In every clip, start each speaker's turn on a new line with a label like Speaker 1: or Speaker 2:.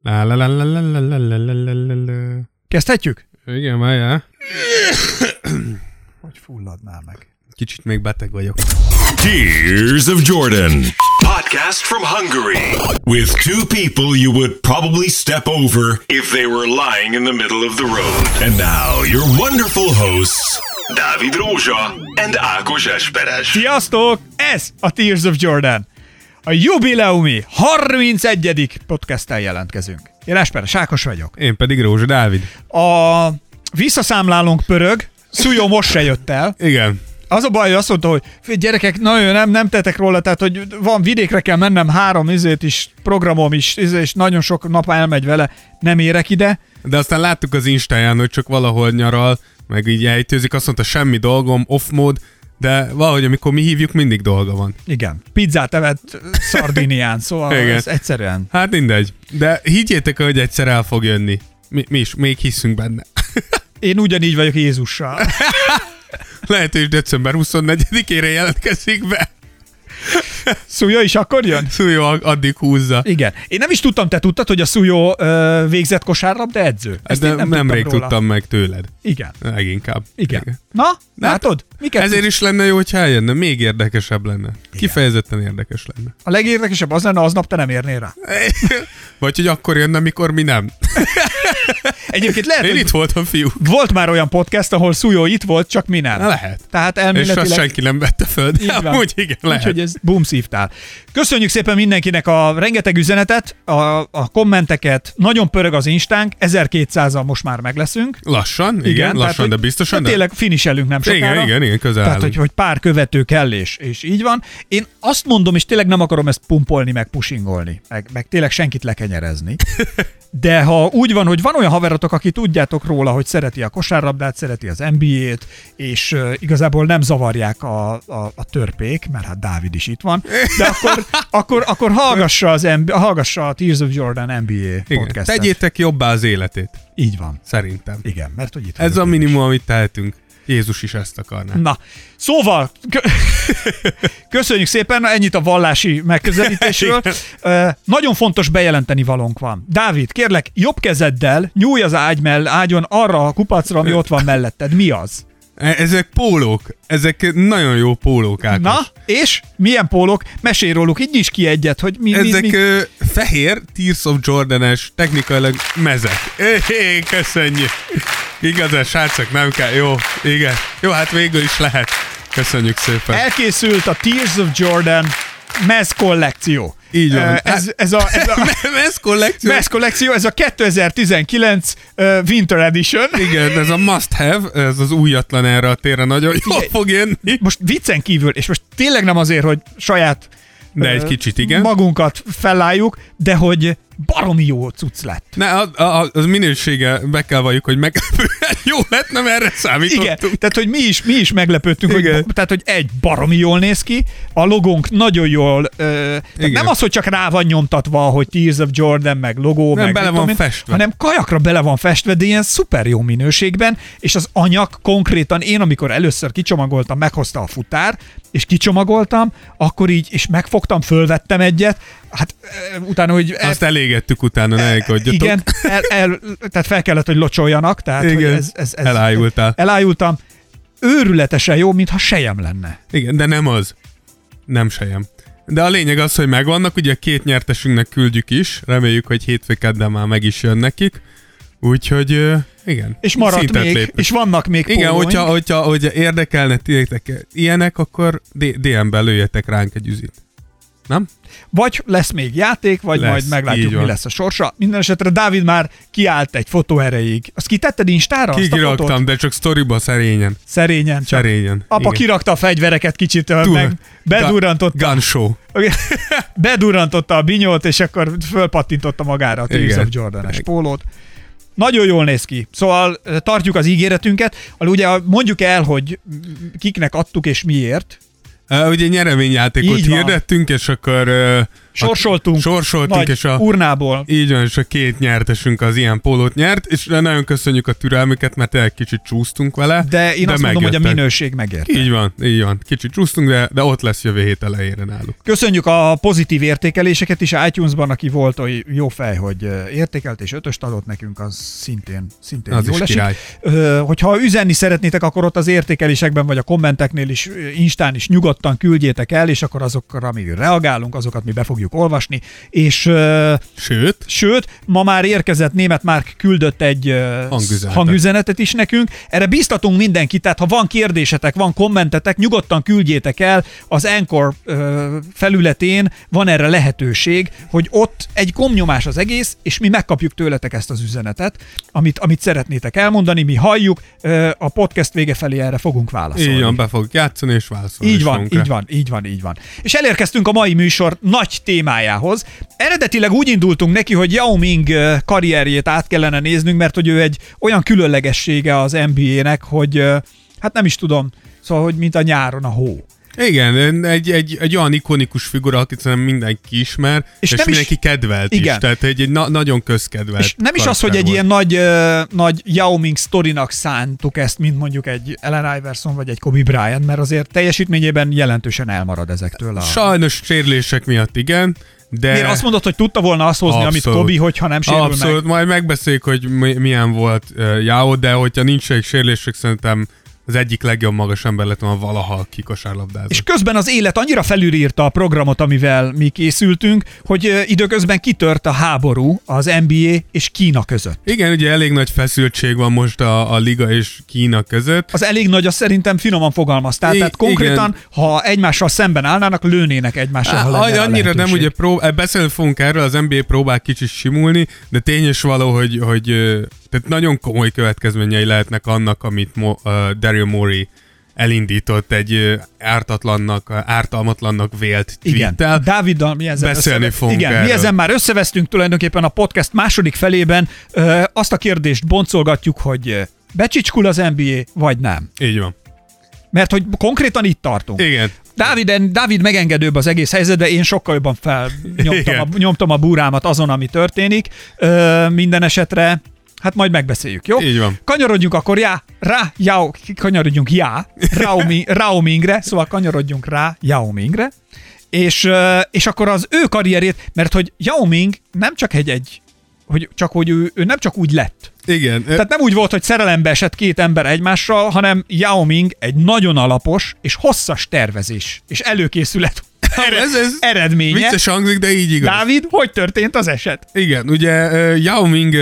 Speaker 1: Kezdhetjük?
Speaker 2: Igen, várjál.
Speaker 1: Hogy fulladnál meg?
Speaker 2: Kicsit még beteg vagyok.
Speaker 3: Tears of Jordan. Podcast from Hungary. With two people you would probably step over if they were lying in the middle of the road. And now your wonderful hosts, Dávid Rózsa and Ákos Esperes.
Speaker 1: Sziasztok! Ez a Tears of Jordan. A jubileumi 31. podcasttel jelentkezünk. Én Esperes Ákos vagyok.
Speaker 2: Én pedig Rózsa Dávid.
Speaker 1: A visszaszámlálónk pörög, Szújó most se jött el.
Speaker 2: Igen.
Speaker 1: Az a baj, hogy azt mondta, hogy gyerekek, nagyon nem tettek róla, tehát hogy van, vidékre kell mennem, 3 programom is, és nagyon sok nap elmegy vele, nem érek ide.
Speaker 2: De aztán láttuk az Instáján, hogy csak valahol nyaral, meg így ejtőzik, azt mondta, semmi dolgom, off mód, de valahogy amikor mi hívjuk, mindig dolga van.
Speaker 1: Igen. Pizzát evett Szardinián, szóval
Speaker 2: igen.
Speaker 1: Ez egyszerűen.
Speaker 2: Hát mindegy. De higgyétek, hogy egyszer el fog jönni. Mi is, még hiszünk benne.
Speaker 1: Én ugyanígy vagyok Jézussal.
Speaker 2: Lehet, hogy december 24-ére jelentkezik be.
Speaker 1: Szújó is akkor jön?
Speaker 2: Szújó addig húzza.
Speaker 1: Igen. Én nem is tudtam, te tudtad, hogy a Szújó végzett kosárlabda edző?
Speaker 2: De nemrég tudtam meg tőled.
Speaker 1: Igen.
Speaker 2: Leginkább.
Speaker 1: Igen. Na, látod? Miket
Speaker 2: ezért
Speaker 1: tudsz?
Speaker 2: is lenne jó, hogyha eljönne. Még érdekesebb lenne. Igen. Kifejezetten érdekes lenne.
Speaker 1: A legérdekesebb az lenne, aznap te nem érnél rá.
Speaker 2: Vagy hogy akkor jönne, amikor mi nem.
Speaker 1: Egyébként lehet,
Speaker 2: én itt voltam, fiúk.
Speaker 1: Volt már olyan podcast, ahol Szújó itt volt, csak mi nem.
Speaker 2: Lehet.
Speaker 1: Tehát elméletileg...
Speaker 2: És azt senki nem vette föl, de amúgy igen, lehet.
Speaker 1: Úgyhogy ez boom szívtál. Köszönjük szépen mindenkinek a rengeteg üzenetet, a kommenteket. Nagyon pörög az Instánk, 1200-al most már meg leszünk.
Speaker 2: Lassan, igen lassan,
Speaker 1: tehát,
Speaker 2: de biztosan.
Speaker 1: De tényleg finiselünk nem sokára.
Speaker 2: Igen, közel
Speaker 1: tehát,
Speaker 2: állunk.
Speaker 1: hogy pár követő kell, és így van. Én azt mondom, és tényleg nem akarom ezt pumpolni, meg pushingolni, meg tényleg senkit lekenyerezni. De ha úgy van, hogy van olyan haverotok, aki tudjátok róla, hogy szereti a kosárlabdát, szereti az NBA-t, és igazából nem zavarják a törpék, mert hát Dávid is itt van, de akkor hallgassa a Tears of Jordan NBA podcastet.
Speaker 2: Tegyétek jobbá az életét.
Speaker 1: Így van.
Speaker 2: Szerintem.
Speaker 1: Igen, mert hogy itt
Speaker 2: ez a minimum, amit tehetünk. Jézus is ezt akarná.
Speaker 1: Na, szóval köszönjük szépen, ennyit a vallási megközelítésről. Nagyon fontos bejelenteni valónk van. Dávid, kérlek, jobb kezeddel nyújj az ágyon arra a kupacra, ami ott van melletted. Mi az?
Speaker 2: Ezek pólók. Ezek nagyon jó pólók, Ákos.
Speaker 1: Na, és milyen pólók? Mesélj róluk, így nyisd ki egyet, hogy mi...
Speaker 2: Ezek fehér, Tears of Jordan-es, technikailag mezek. Köszönjük. Igazán, srácok, nem kell. Jó, igen. Jó, hát végül is lehet. Köszönjük szépen.
Speaker 1: Elkészült a Tears of Jordan mez kollekció.
Speaker 2: Így van.
Speaker 1: Ez a mez kollekció, ez a 2019 Winter Edition.
Speaker 2: Igen, ez a must have, ez az újatlan erre a térre nagyon jól fog jönni.
Speaker 1: Most viccen kívül, és most tényleg nem azért, hogy saját
Speaker 2: de egy kicsit, igen.
Speaker 1: Magunkat felálljuk, de hogy baromi jó cucc lett.
Speaker 2: Az minősége, be kell valljuk, hogy meglepően jó lett, nem erre számítottunk.
Speaker 1: Igen, tehát hogy mi is meglepődtünk, hogy egy baromi jól néz ki, a logónk nagyon jól, nem az, hogy csak rá van nyomtatva, hogy Tears of Jordan, meg logó,
Speaker 2: nem,
Speaker 1: meg
Speaker 2: bele van festve.
Speaker 1: hanem kajakra bele van festve, de ilyen szuper jó minőségben, és az anyag konkrétan, én amikor először kicsomagoltam, meghozta a futár, és kicsomagoltam, akkor így, és megfogtam, fölvettem egyet, hát utána, hogy...
Speaker 2: Azt elégettük utána, ne elkodjatok.
Speaker 1: Igen, tehát fel kellett, hogy locsoljanak, tehát
Speaker 2: igen,
Speaker 1: hogy ez
Speaker 2: elájultál.
Speaker 1: Elájultam. Őrületesen jó, mintha sejem lenne.
Speaker 2: Igen, de nem az. Nem sejem. De a lényeg az, hogy megvannak, ugye a 2 nyertesünknek küldjük is, reméljük, hogy hétfőkedden már meg is jön nekik. Úgyhogy igen.
Speaker 1: És maradt még, lépnek. És vannak még pólóink.
Speaker 2: Igen, hogyha érdekelne tényleg ilyenek, akkor DM-ben lőjetek ránk egy üzit. Nem?
Speaker 1: Vagy lesz még játék, vagy lesz, majd meglátjuk, mi lesz a sorsa. Minden esetre Dávid már kiállt egy fotó erejéig. Azt kitetted Instára?
Speaker 2: Kiraktam, de csak sztoriba szerényen.
Speaker 1: Szerényen. Apa
Speaker 2: igen.
Speaker 1: Kirakta a fegyvereket kicsit, meg bedurrantotta.
Speaker 2: Gun show.
Speaker 1: Bedurrantotta a binyót, és akkor fölpattintotta magára a Tears of Jordan-es pólót. Nagyon jól néz ki. Szóval tartjuk az ígéretünket. Ugye mondjuk el, hogy kiknek adtuk és miért.
Speaker 2: Ugye nyereményjátékot hirdettünk, és akkor
Speaker 1: Sorsoltunk nagy
Speaker 2: és
Speaker 1: urnából.
Speaker 2: Így van, és a 2 nyertesünk az ilyen pólót nyert, és nagyon köszönjük a türelmüket, mert egy kicsit csúsztunk vele.
Speaker 1: De én azt mondom, hogy a minőség megérte.
Speaker 2: Így van. Kicsit csúsztunk, de ott lesz jövő hét elejére náluk.
Speaker 1: Köszönjük a pozitív értékeléseket is iTunes-ban, aki volt olyan jó fej, hogy értékelt és 5-öst adott nekünk, az szintén
Speaker 2: az
Speaker 1: jól
Speaker 2: is
Speaker 1: esik. Hogyha üzenni szeretnétek, akkor ott az értékelésekben, vagy a kommenteknél is, Instán is nyugodtan küldjétek el, és akkor azokra mi reagálunk, azokat mi be fogjuk olvasni. És sőt, ma már érkezett, Németh Márk küldött egy hangüzenetet is nekünk. Erre bíztatunk mindenkit, tehát ha van kérdésetek, van kommentetek, nyugodtan küldjétek el, az Anchor felületén van erre lehetőség, hogy ott egy gombnyomás az egész, és mi megkapjuk tőletek ezt az üzenetet, amit szeretnétek elmondani, mi halljuk, a podcast vége felé erre fogunk válaszolni.
Speaker 2: Így van, be fogjuk játszani és válaszolni.
Speaker 1: Így van. És elérkeztünk a mai műsor nagy témájához. Eredetileg úgy indultunk neki, hogy Yao Ming karrierjét át kellene néznünk, mert hogy ő egy olyan különlegessége az NBA-nek, hogy hát nem is tudom, szóval, hogy mint a nyáron a hó.
Speaker 2: Igen, egy olyan ikonikus figura, akit szerintem mindenki ismer, és mindenki kedvelt is. Tehát egy nagyon közkedvelt. És
Speaker 1: nem is az, hogy egy ilyen nagy Yao Ming sztorinak szántuk ezt, mint mondjuk egy Allen Iverson vagy egy Kobe Bryant, mert azért teljesítményében jelentősen elmarad ezektől.
Speaker 2: Sajnos sérülések miatt igen. De
Speaker 1: miért azt mondod, hogy tudta volna azt hozni, amit Kobe, hogyha nem sérül meg?
Speaker 2: Abszolút, majd megbeszéljük, hogy milyen volt Yao, de hogyha nincs egy sérülések, szerintem az egyik legjobb magas ember lett volna valaha kikosárlabdázott.
Speaker 1: És közben az élet annyira felülírta a programot, amivel mi készültünk, hogy időközben kitört a háború az NBA és Kína között.
Speaker 2: Igen, ugye elég nagy feszültség van most a liga és Kína között.
Speaker 1: Az elég nagy, azt szerintem finoman fogalmaztál. Tehát konkrétan, igen, ha egymással szemben állnának, lőnének egymással, ha lenne
Speaker 2: annyira nem, ugye beszélni fogunk erről, az NBA próbál kicsit simulni, de tény is való, hogy tehát nagyon komoly következményei lehetnek annak, amit Daryl Morey elindított egy ártalmatlannak vélt tweettel.
Speaker 1: Dáviddal mi ezen már összevesztünk tulajdonképpen a podcast második felében. Azt a kérdést boncolgatjuk, hogy becsicskul az NBA, vagy nem.
Speaker 2: Így van.
Speaker 1: Mert hogy konkrétan itt tartunk.
Speaker 2: Igen.
Speaker 1: Dávid megengedőbb az egész helyzet, de én sokkal jobban nyomtam a búrámat azon, ami történik. Minden esetre hát majd megbeszéljük, jó?
Speaker 2: Így van.
Speaker 1: Kanyarodjunk akkor Yao Mingre, szóval kanyarodjunk rá Yao Mingre, és akkor az ő karrierét, mert hogy Yao Ming nem csak hogy ő nem csak úgy lett.
Speaker 2: Igen.
Speaker 1: Tehát nem úgy volt, hogy szerelembe esett 2 ember egymással, hanem Yao Ming egy nagyon alapos és hosszas tervezés és előkészület
Speaker 2: ez
Speaker 1: eredménye.
Speaker 2: Vicces hangzik, de így igaz.
Speaker 1: Dávid, hogy történt az eset?
Speaker 2: Igen, ugye Yao Ming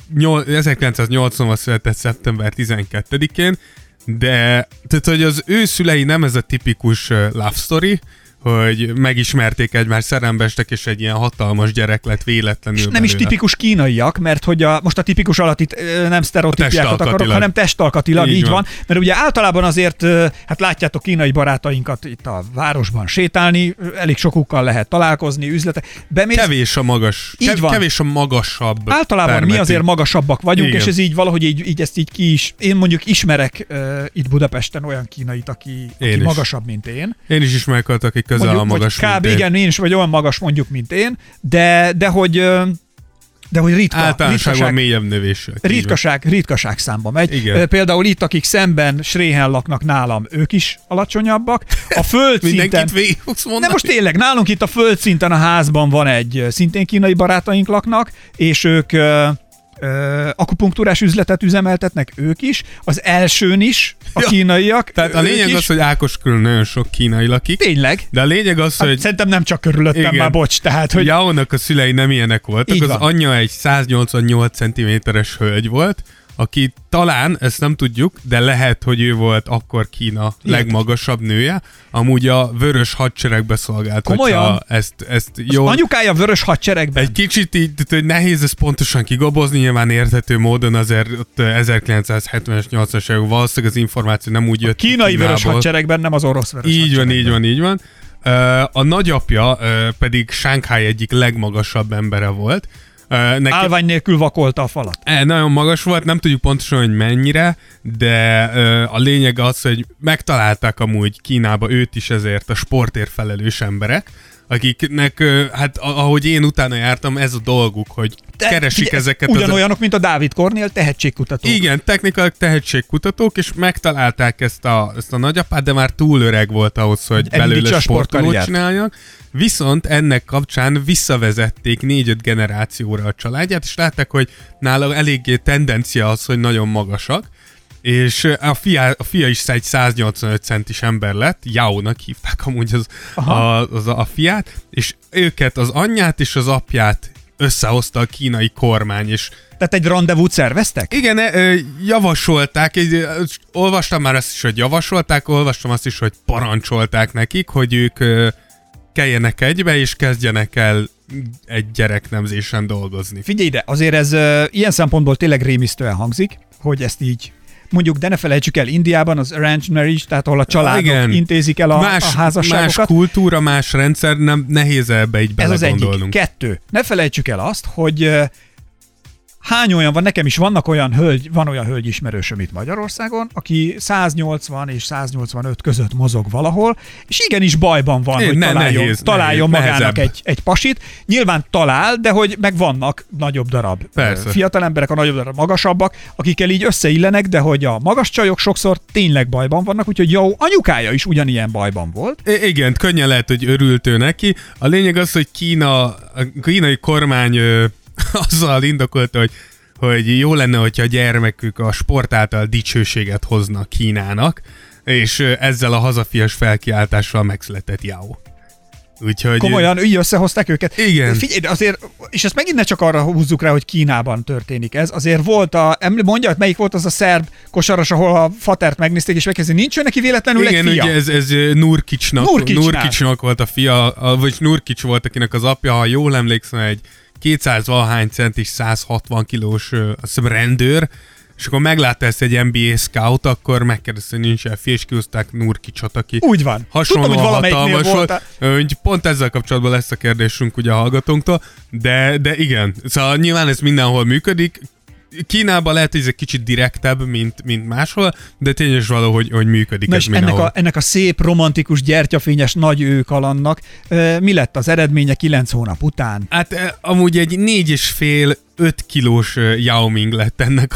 Speaker 2: 1980-ban született szeptember 12-én, de tehát, hogy az ő szülei nem ez a tipikus love story, hogy megismerték egymást, szerelembe estek, és egy ilyen hatalmas gyerek lett véletlenül.
Speaker 1: És nem is tipikus kínaiak, mert hogy most a tipikus alatt itt nem sztereotípiákat akarok, hanem testalkatilag, így van. Mert ugye általában azért, hát látjátok kínai barátainkat itt a városban sétálni, elég sokukkal lehet találkozni, üzletek.
Speaker 2: Kevés a magasabb.
Speaker 1: Általában permeti. Mi azért magasabbak vagyunk, igen, és ez így valahogy így ezt így ki is. Én mondjuk ismerek itt Budapesten olyan kínait, aki magasabb, mint én.
Speaker 2: Én is ismerek, akik közel mondjuk, a magas,
Speaker 1: kb. Igen, én is vagy olyan magas mondjuk, mint én, de hogy ritka.
Speaker 2: Általánosságban mélyebb növések.
Speaker 1: Ritkaság számba megy.
Speaker 2: Igen.
Speaker 1: Például itt, akik szemben Sréhen laknak nálam, ők is alacsonyabbak. A földszinten... Nem, most tényleg, nálunk itt a földszinten a házban van egy szintén kínai barátaink laknak, és ők... akupunktúrás üzletet üzemeltetnek ők is, az elsőn is a kínaiak.
Speaker 2: Tehát a lényeg az, hogy Ákos körül nagyon sok kínai lakik.
Speaker 1: Tényleg?
Speaker 2: De a lényeg az, hogy...
Speaker 1: Szerintem nem csak körülöttem, igen, már bocs. Tehát, hogy...
Speaker 2: Yaónak a szülei nem ilyenek voltak, az anyja egy 188 cm-es hölgy volt, aki talán, ezt nem tudjuk, de lehet, hogy ő volt akkor Kína legmagasabb nője. Amúgy a Vörös Hadseregbe szolgált.
Speaker 1: Komolyan?
Speaker 2: Ezt jó.
Speaker 1: Az anyukája Vörös Hadseregben?
Speaker 2: Egy kicsit így, hogy nehéz ezt pontosan kigobozni, nyilván érthető módon azért 1970-es, 80-as évek valószínűleg az információ nem úgy jött.
Speaker 1: A kínai Vörös Hadseregben, nem az orosz Vörös Hadseregben.
Speaker 2: Így van. A nagyapja pedig Shanghai egyik legmagasabb embere volt,
Speaker 1: Állvány nélkül vakolta a falat.
Speaker 2: Nagyon magas volt, nem tudjuk pontosan, hogy mennyire, de a lényeg az, hogy megtalálták amúgy Kínába őt is ezért a sportért felelős emberek, akiknek, hát ahogy én utána jártam, ez a dolguk, hogy keresik ezeket.
Speaker 1: Ugyanolyanok, mint a Dávid Kornél, tehetségkutatók.
Speaker 2: Igen, technikailag tehetségkutatók, és megtalálták ezt a nagyapát, de már túl öreg volt ahhoz, hogy belőle sportolót csináljanak. Viszont ennek kapcsán visszavezették 4-5 generációra a családját, és látták, hogy nála eléggé tendencia az, hogy nagyon magasak, és a fia is egy 185 centis ember lett, Yao-nak hívták amúgy a fiát, és őket, az anyját és az apját összehozta a kínai kormány, és
Speaker 1: tehát egy rendezvút szerveztek?
Speaker 2: Igen, javasolták, olvastam már azt is, hogy javasolták, olvastam azt is, hogy parancsolták nekik, hogy ők keljenek egybe, és kezdjenek el egy gyereknemzésen dolgozni.
Speaker 1: Figyelj ide, azért ez ilyen szempontból tényleg rémisztően hangzik, hogy ezt így mondjuk, de ne felejtsük el, Indiában az arranged marriage, tehát ahol a családok intézik el a házasságokat.
Speaker 2: Más kultúra, más rendszer, nehéz ebbe így belegondolnunk.
Speaker 1: Ez az egyik. 2. Ne felejtsük el azt, hogy hány olyan van, nekem is van olyan hölgy ismerősöm itt Magyarországon, aki 180 és 185 között mozog valahol, és igenis bajban van, hogy találjon magának egy pasit. Nyilván talál, de hogy meg vannak nagyobb darab fiatal emberek, a nagyobb darab magasabbak, akikkel így összeillenek, de hogy a magas csajok sokszor tényleg bajban vannak, úgyhogy jó, anyukája is ugyanilyen bajban volt.
Speaker 2: Igen, könnyen lehet, hogy örült ő neki. A lényeg az, hogy a kínai kormány azzal indokolta, hogy jó lenne, hogyha a gyermekük a sport által dicsőséget hozna Kínának, és ezzel a hazafias felkiáltással megszületett Yao. Úgyhogy...
Speaker 1: Komolyan, így összehozták őket?
Speaker 2: Igen.
Speaker 1: Figyelj, azért, és ezt megint ne csak arra húzzuk rá, hogy Kínában történik ez. Azért volt mondja, hogy melyik volt az a szerb kosaras, ahol a fatert megnézték, és megkezdeni, nincs ő neki véletlenül egy fia?
Speaker 2: Igen, ugye ez Nurkicsnak volt a fia, vagy Nurkics volt, akinek az apja, ha jól emlékszem, egy 200-valahány centis, 160 kilós rendőr, és akkor meglátta ezt egy NBA scout, akkor megkérdezte, hogy nincs fia, és kihozták Nurkicsot, aki
Speaker 1: úgy van.
Speaker 2: hasonlóan hatalmas volt. Pont ezzel kapcsolatban lesz a kérdésünk ugye a hallgatónktól, de igen, szóval nyilván ez mindenhol működik. Kínában lehet, hogy ez egy kicsit direktebb, mint máshol, de tényleg való, hogy működik ez mindenhol.
Speaker 1: Ennek a szép, romantikus, gyertyafényes nagy őkalannak mi lett az eredménye 9 hónap után?
Speaker 2: Hát amúgy egy 4,5-5 kilós Yao Ming lett ennek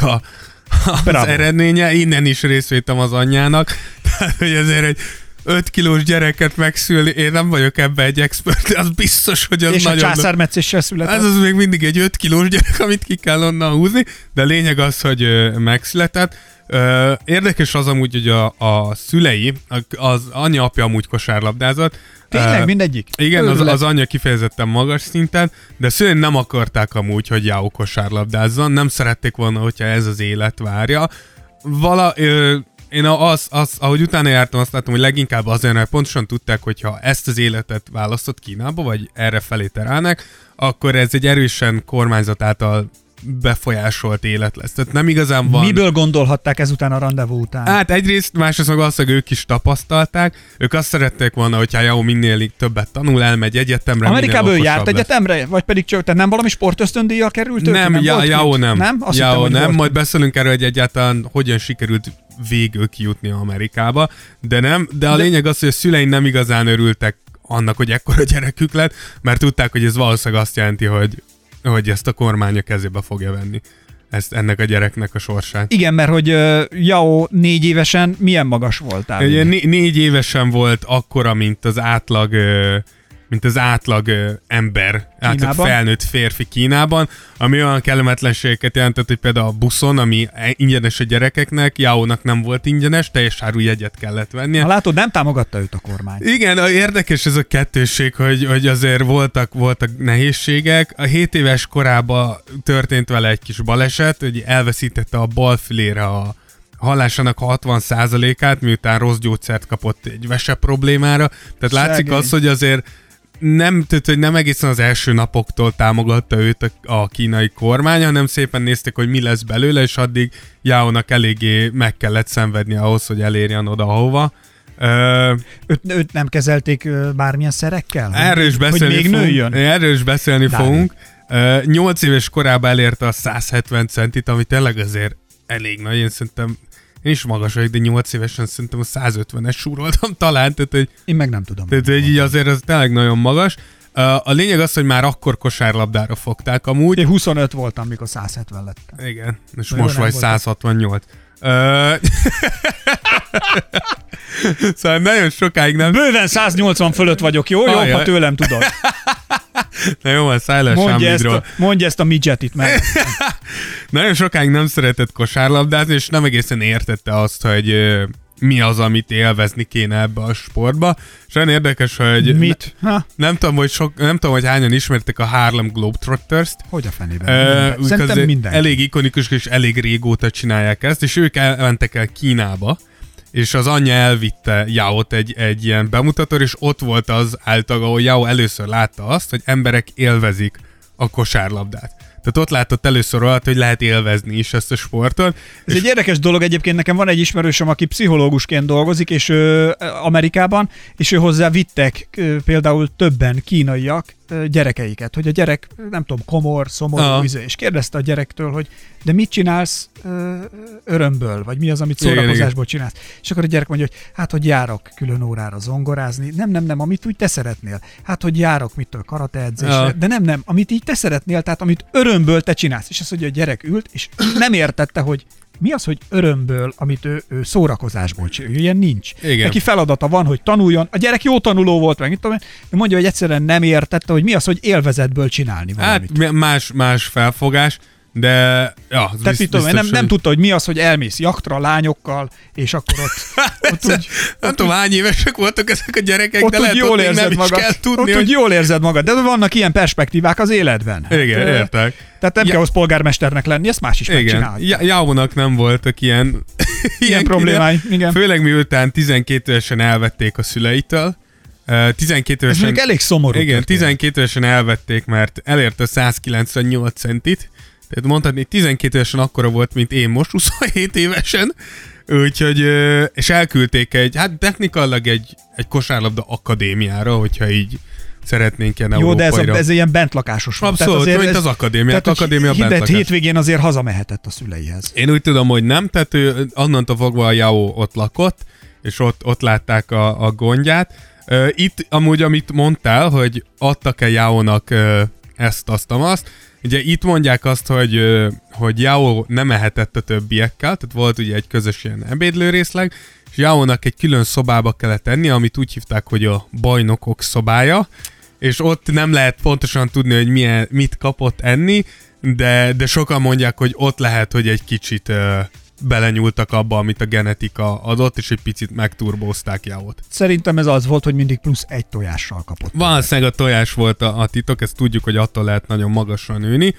Speaker 2: az eredménye. Innen is részt vettem az anyjának. Tehát, hogy ezért egy 5 kilós gyereket megszülni, én nem vagyok ebben egy expert, de az biztos, hogy az
Speaker 1: és
Speaker 2: nagyon...
Speaker 1: És a császármetszéssel született.
Speaker 2: Ez az még mindig egy 5 kilós gyerek, amit ki kell onnan húzni, de a lényeg az, hogy megszületett. Érdekes az amúgy, hogy a szülei, az anyja-apja amúgy kosárlabdázott.
Speaker 1: Tényleg mindegyik?
Speaker 2: Igen, az anyja kifejezetten magas szinten, de a szülei nem akarták amúgy, hogy Yao kosárlabdázzon, nem szerették volna, hogyha ez az élet várja. Én ahogy utána jártam, azt láttam, hogy leginkább azért, mert pontosan tudták, hogyha ezt az életet választott Kínába, vagy erre felé terelnek, akkor ez egy erősen kormányzat által befolyásolt élet lesz. Tehát nem igazán van...
Speaker 1: Miből gondolhatták ezután a randevú után?
Speaker 2: Hát egyrészt, másrészt meg valószínűleg ők is tapasztalták. Ők azt szerették volna, hogyha Yao minél többet tanul, elmegy egyetemre.
Speaker 1: Amerikában ő járt egyetemre? Vagy pedig csak nem valami sportösztöndíjjal került?
Speaker 2: Nem, Yao nem.
Speaker 1: Nem?
Speaker 2: Yao nem, majd beszélünk erről, hogy egyáltalán hogyan sikerült végül kijutni Amerikába, de a lényeg az, hogy a szüleim nem igazán örültek annak, hogy ekkora gyerekük lett, mert tudták, hogy ez valószínűleg azt jelenti, hogy ezt a kormány a kezébe fogja venni. Ennek a gyereknek a sorsát.
Speaker 1: Igen, mert hogy Yao 4 évesen milyen magas voltál?
Speaker 2: 4 évesen volt akkora, mint az átlag ember, átlag felnőtt férfi Kínában, ami olyan kellemetlenségeket jelentett, hogy például a buszon, ami ingyenes a gyerekeknek, Yao-nak nem volt ingyenes, teljes áru jegyet kellett vennie.
Speaker 1: Ha látod, nem támogatta őt a kormány.
Speaker 2: Igen, érdekes ez a kettősség, hogy azért voltak nehézségek. A 7 éves korában történt vele egy kis baleset, hogy elveszítette a bal fülére a hallásának 60%-át, miután rossz gyógyszert kapott egy vese problémára. Tehát látszik az, hogy azért nem egészen az első napoktól támogatta őt a kínai kormány, hanem szépen nézték, hogy mi lesz belőle, és addig Yao-nak eléggé meg kellett szenvedni ahhoz, hogy elérjen oda, ahova.
Speaker 1: Őt nem kezelték bármilyen szerekkel?
Speaker 2: Erről is beszélni fogunk. 8 éves korában elérte a 170 centit, ami tényleg azért elég nagy. Én szerintem, én is magas vagyok, de 8 évesen szerintem a 150-es súroltam talán. Tehát, hogy,
Speaker 1: Én meg nem tudom.
Speaker 2: tehát hogy így azért az tényleg nagyon magas. A lényeg az, hogy már akkor kosárlabdára fogták amúgy.
Speaker 1: Én 25 voltam, mikor 170 lettem.
Speaker 2: Igen, és
Speaker 1: Na,
Speaker 2: most
Speaker 1: jó,
Speaker 2: vagy
Speaker 1: nem
Speaker 2: 168. Szóval nagyon sokáig nem...
Speaker 1: Bőven 180 fölött vagyok, jó? Jobb, ha tőlem tudod.
Speaker 2: Na jó, van, szállj le Sámidról.
Speaker 1: Mondja ezt a midgetit meg.
Speaker 2: Nagyon sokáig nem szeretett kosárlabdázni, és nem egészen értette azt, hogy mi az, amit élvezni kéne ebbe a sportba. És olyan érdekes, hogy...
Speaker 1: Mit?
Speaker 2: Nem tudom, hogy hányan ismertek a Harlem Globetrotters-t.
Speaker 1: Hogy a fenében? Szerintem mindenki.
Speaker 2: Elég ikonikus, és elég régóta csinálják ezt, és ők elmentek el Kínába, és az anyja elvitte Yaót egy ilyen bemutatóra, és ott volt az által, ahol Yao először látta azt, hogy emberek élvezik a kosárlabdát. Tehát ott látott először olyat, hogy lehet élvezni is ezt a sportot.
Speaker 1: Ez egy érdekes dolog egyébként, nekem van egy ismerősöm, aki pszichológusként dolgozik, és Amerikában, és ő hozzá vittek például többen kínaiak gyerekeiket, hogy a gyerek, nem tudom, komor, szomorú, és kérdezte a gyerektől, hogy de mit csinálsz örömből, vagy mi az, amit szórakozásból csinálsz. És akkor a gyerek mondja, hogy hát, hogy járok külön órára zongorázni, nem, amit úgy te szeretnél. Hát, hogy járok mitől karateedzésre, de nem, amit így te szeretnél, tehát amit örömből te csinálsz. És azt mondja, a gyerek ült, és nem értette, hogy mi az, hogy örömből, amit ő szórakozásból csinál. Ilyen nincs.
Speaker 2: Igen.
Speaker 1: Neki feladata van, hogy tanuljon. A gyerek jó tanuló volt, meg mit tudom én, de mondja, hogy egyszerűen nem értette, hogy mi az, hogy élvezetből csinálni valamit.
Speaker 2: Hát más felfogás, de ja,
Speaker 1: tehát mit tudom, nem tudta, hogy mi az, hogy elmész jachtra lányokkal, és akkor ott úgy...
Speaker 2: Nem tudom, hány évesek voltak ezek a gyerekek,
Speaker 1: ott
Speaker 2: de lehet,
Speaker 1: jól
Speaker 2: hogy nem
Speaker 1: magad,
Speaker 2: is kell tudni,
Speaker 1: ott
Speaker 2: hogy...
Speaker 1: jól érzed magad, de vannak ilyen perspektívák az életben.
Speaker 2: Igen, értek.
Speaker 1: Tehát nem kell ahhoz polgármesternek lenni, ezt más is megcsinálja.
Speaker 2: Yaónak nem voltak ilyen
Speaker 1: problémái. Igen.
Speaker 2: Főleg miután 12 évesen elvették a szüleitől. 12
Speaker 1: évesen, ez még elég szomorú.
Speaker 2: Igen, 12 évesen elvették, mert elérte 198 centit. Tehát mondhatni, 12 évesen akkora volt, mint én most, 27 évesen. Úgyhogy, és elküldték technikailag egy kosárlabda akadémiára, hogyha így szeretnénk ilyen
Speaker 1: jó,
Speaker 2: európaira.
Speaker 1: de ez ilyen bentlakásos volt.
Speaker 2: Abszolút, mint az akadémia bentlakás.
Speaker 1: Hétvégén azért hazamehetett a szüleihez.
Speaker 2: Én úgy tudom, hogy nem, tehát ő annantól fogva a Yao ott lakott, és ott látták a gondját. Itt amúgy, amit mondtál, hogy adtak-e Yaónak ezt-azt, ugye itt mondják azt, hogy Yao nem ehetett a többiekkel, tehát volt ugye egy közös ilyen ebédlőrészleg, és Yaónak egy külön szobába kellett tenni, amit úgy hívták, hogy a bajnokok szobája, és ott nem lehet pontosan tudni, hogy mit kapott enni, de sokan mondják, hogy ott lehet, hogy egy kicsit belenyúltak abba, amit a genetika adott, és egy picit megturbózták Yaót.
Speaker 1: Szerintem ez az volt, hogy mindig plusz egy tojással kapott.
Speaker 2: Valószínűleg a tojás volt a titok, ezt tudjuk, hogy attól lehet nagyon magasra nőni.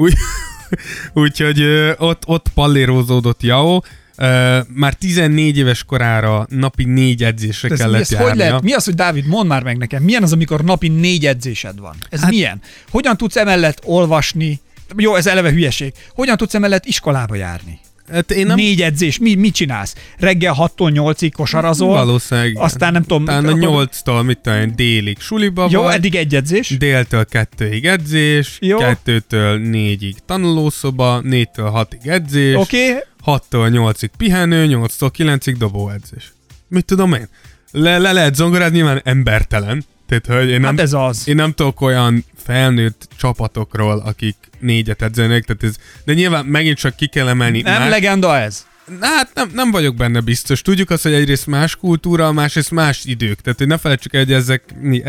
Speaker 2: Úgyhogy ott pallérózódott Yao. Már 14 éves korára napi 4 edzésre kellett járnia.
Speaker 1: Mi az, hogy Dávid, mondd már meg nekem, milyen az, amikor napi 4 edzésed van? Ez milyen? Hogyan tudsz emellett olvasni? Jó, ez eleve hülyeség. Hogyan tudsz emellett iskolába járni?
Speaker 2: Hát én nem...
Speaker 1: 4 edzés, mit csinálsz? Reggel 6-tól 8-ig kosarazol,
Speaker 2: valószínűleg.
Speaker 1: Aztán nem tudom...
Speaker 2: Aztán a 8-tól, mit tudom, délig suliba
Speaker 1: jó,
Speaker 2: vagy.
Speaker 1: eddig egy edzés.
Speaker 2: Déltől 2-ig edzés, jó. 2-től 4-ig tanulószoba, 4-től 6-ig edzés,
Speaker 1: okay.
Speaker 2: 6-tól 8-ig pihenő, 8-tól 9-ig dobóedzés. Mit tudom én? Le lehet zongorázni, nyilván embertelen. Tehát, hogy én nem tudok olyan felnőtt csapatokról, akik 4 edzenek, tehát de nyilván megint csak ki kell emelni.
Speaker 1: Nem legenda ez?
Speaker 2: Hát nem vagyok benne biztos. Tudjuk azt, hogy egyrészt más kultúra, másrészt más idők. Tehát, hogy ne felejtsük el, hogy ezek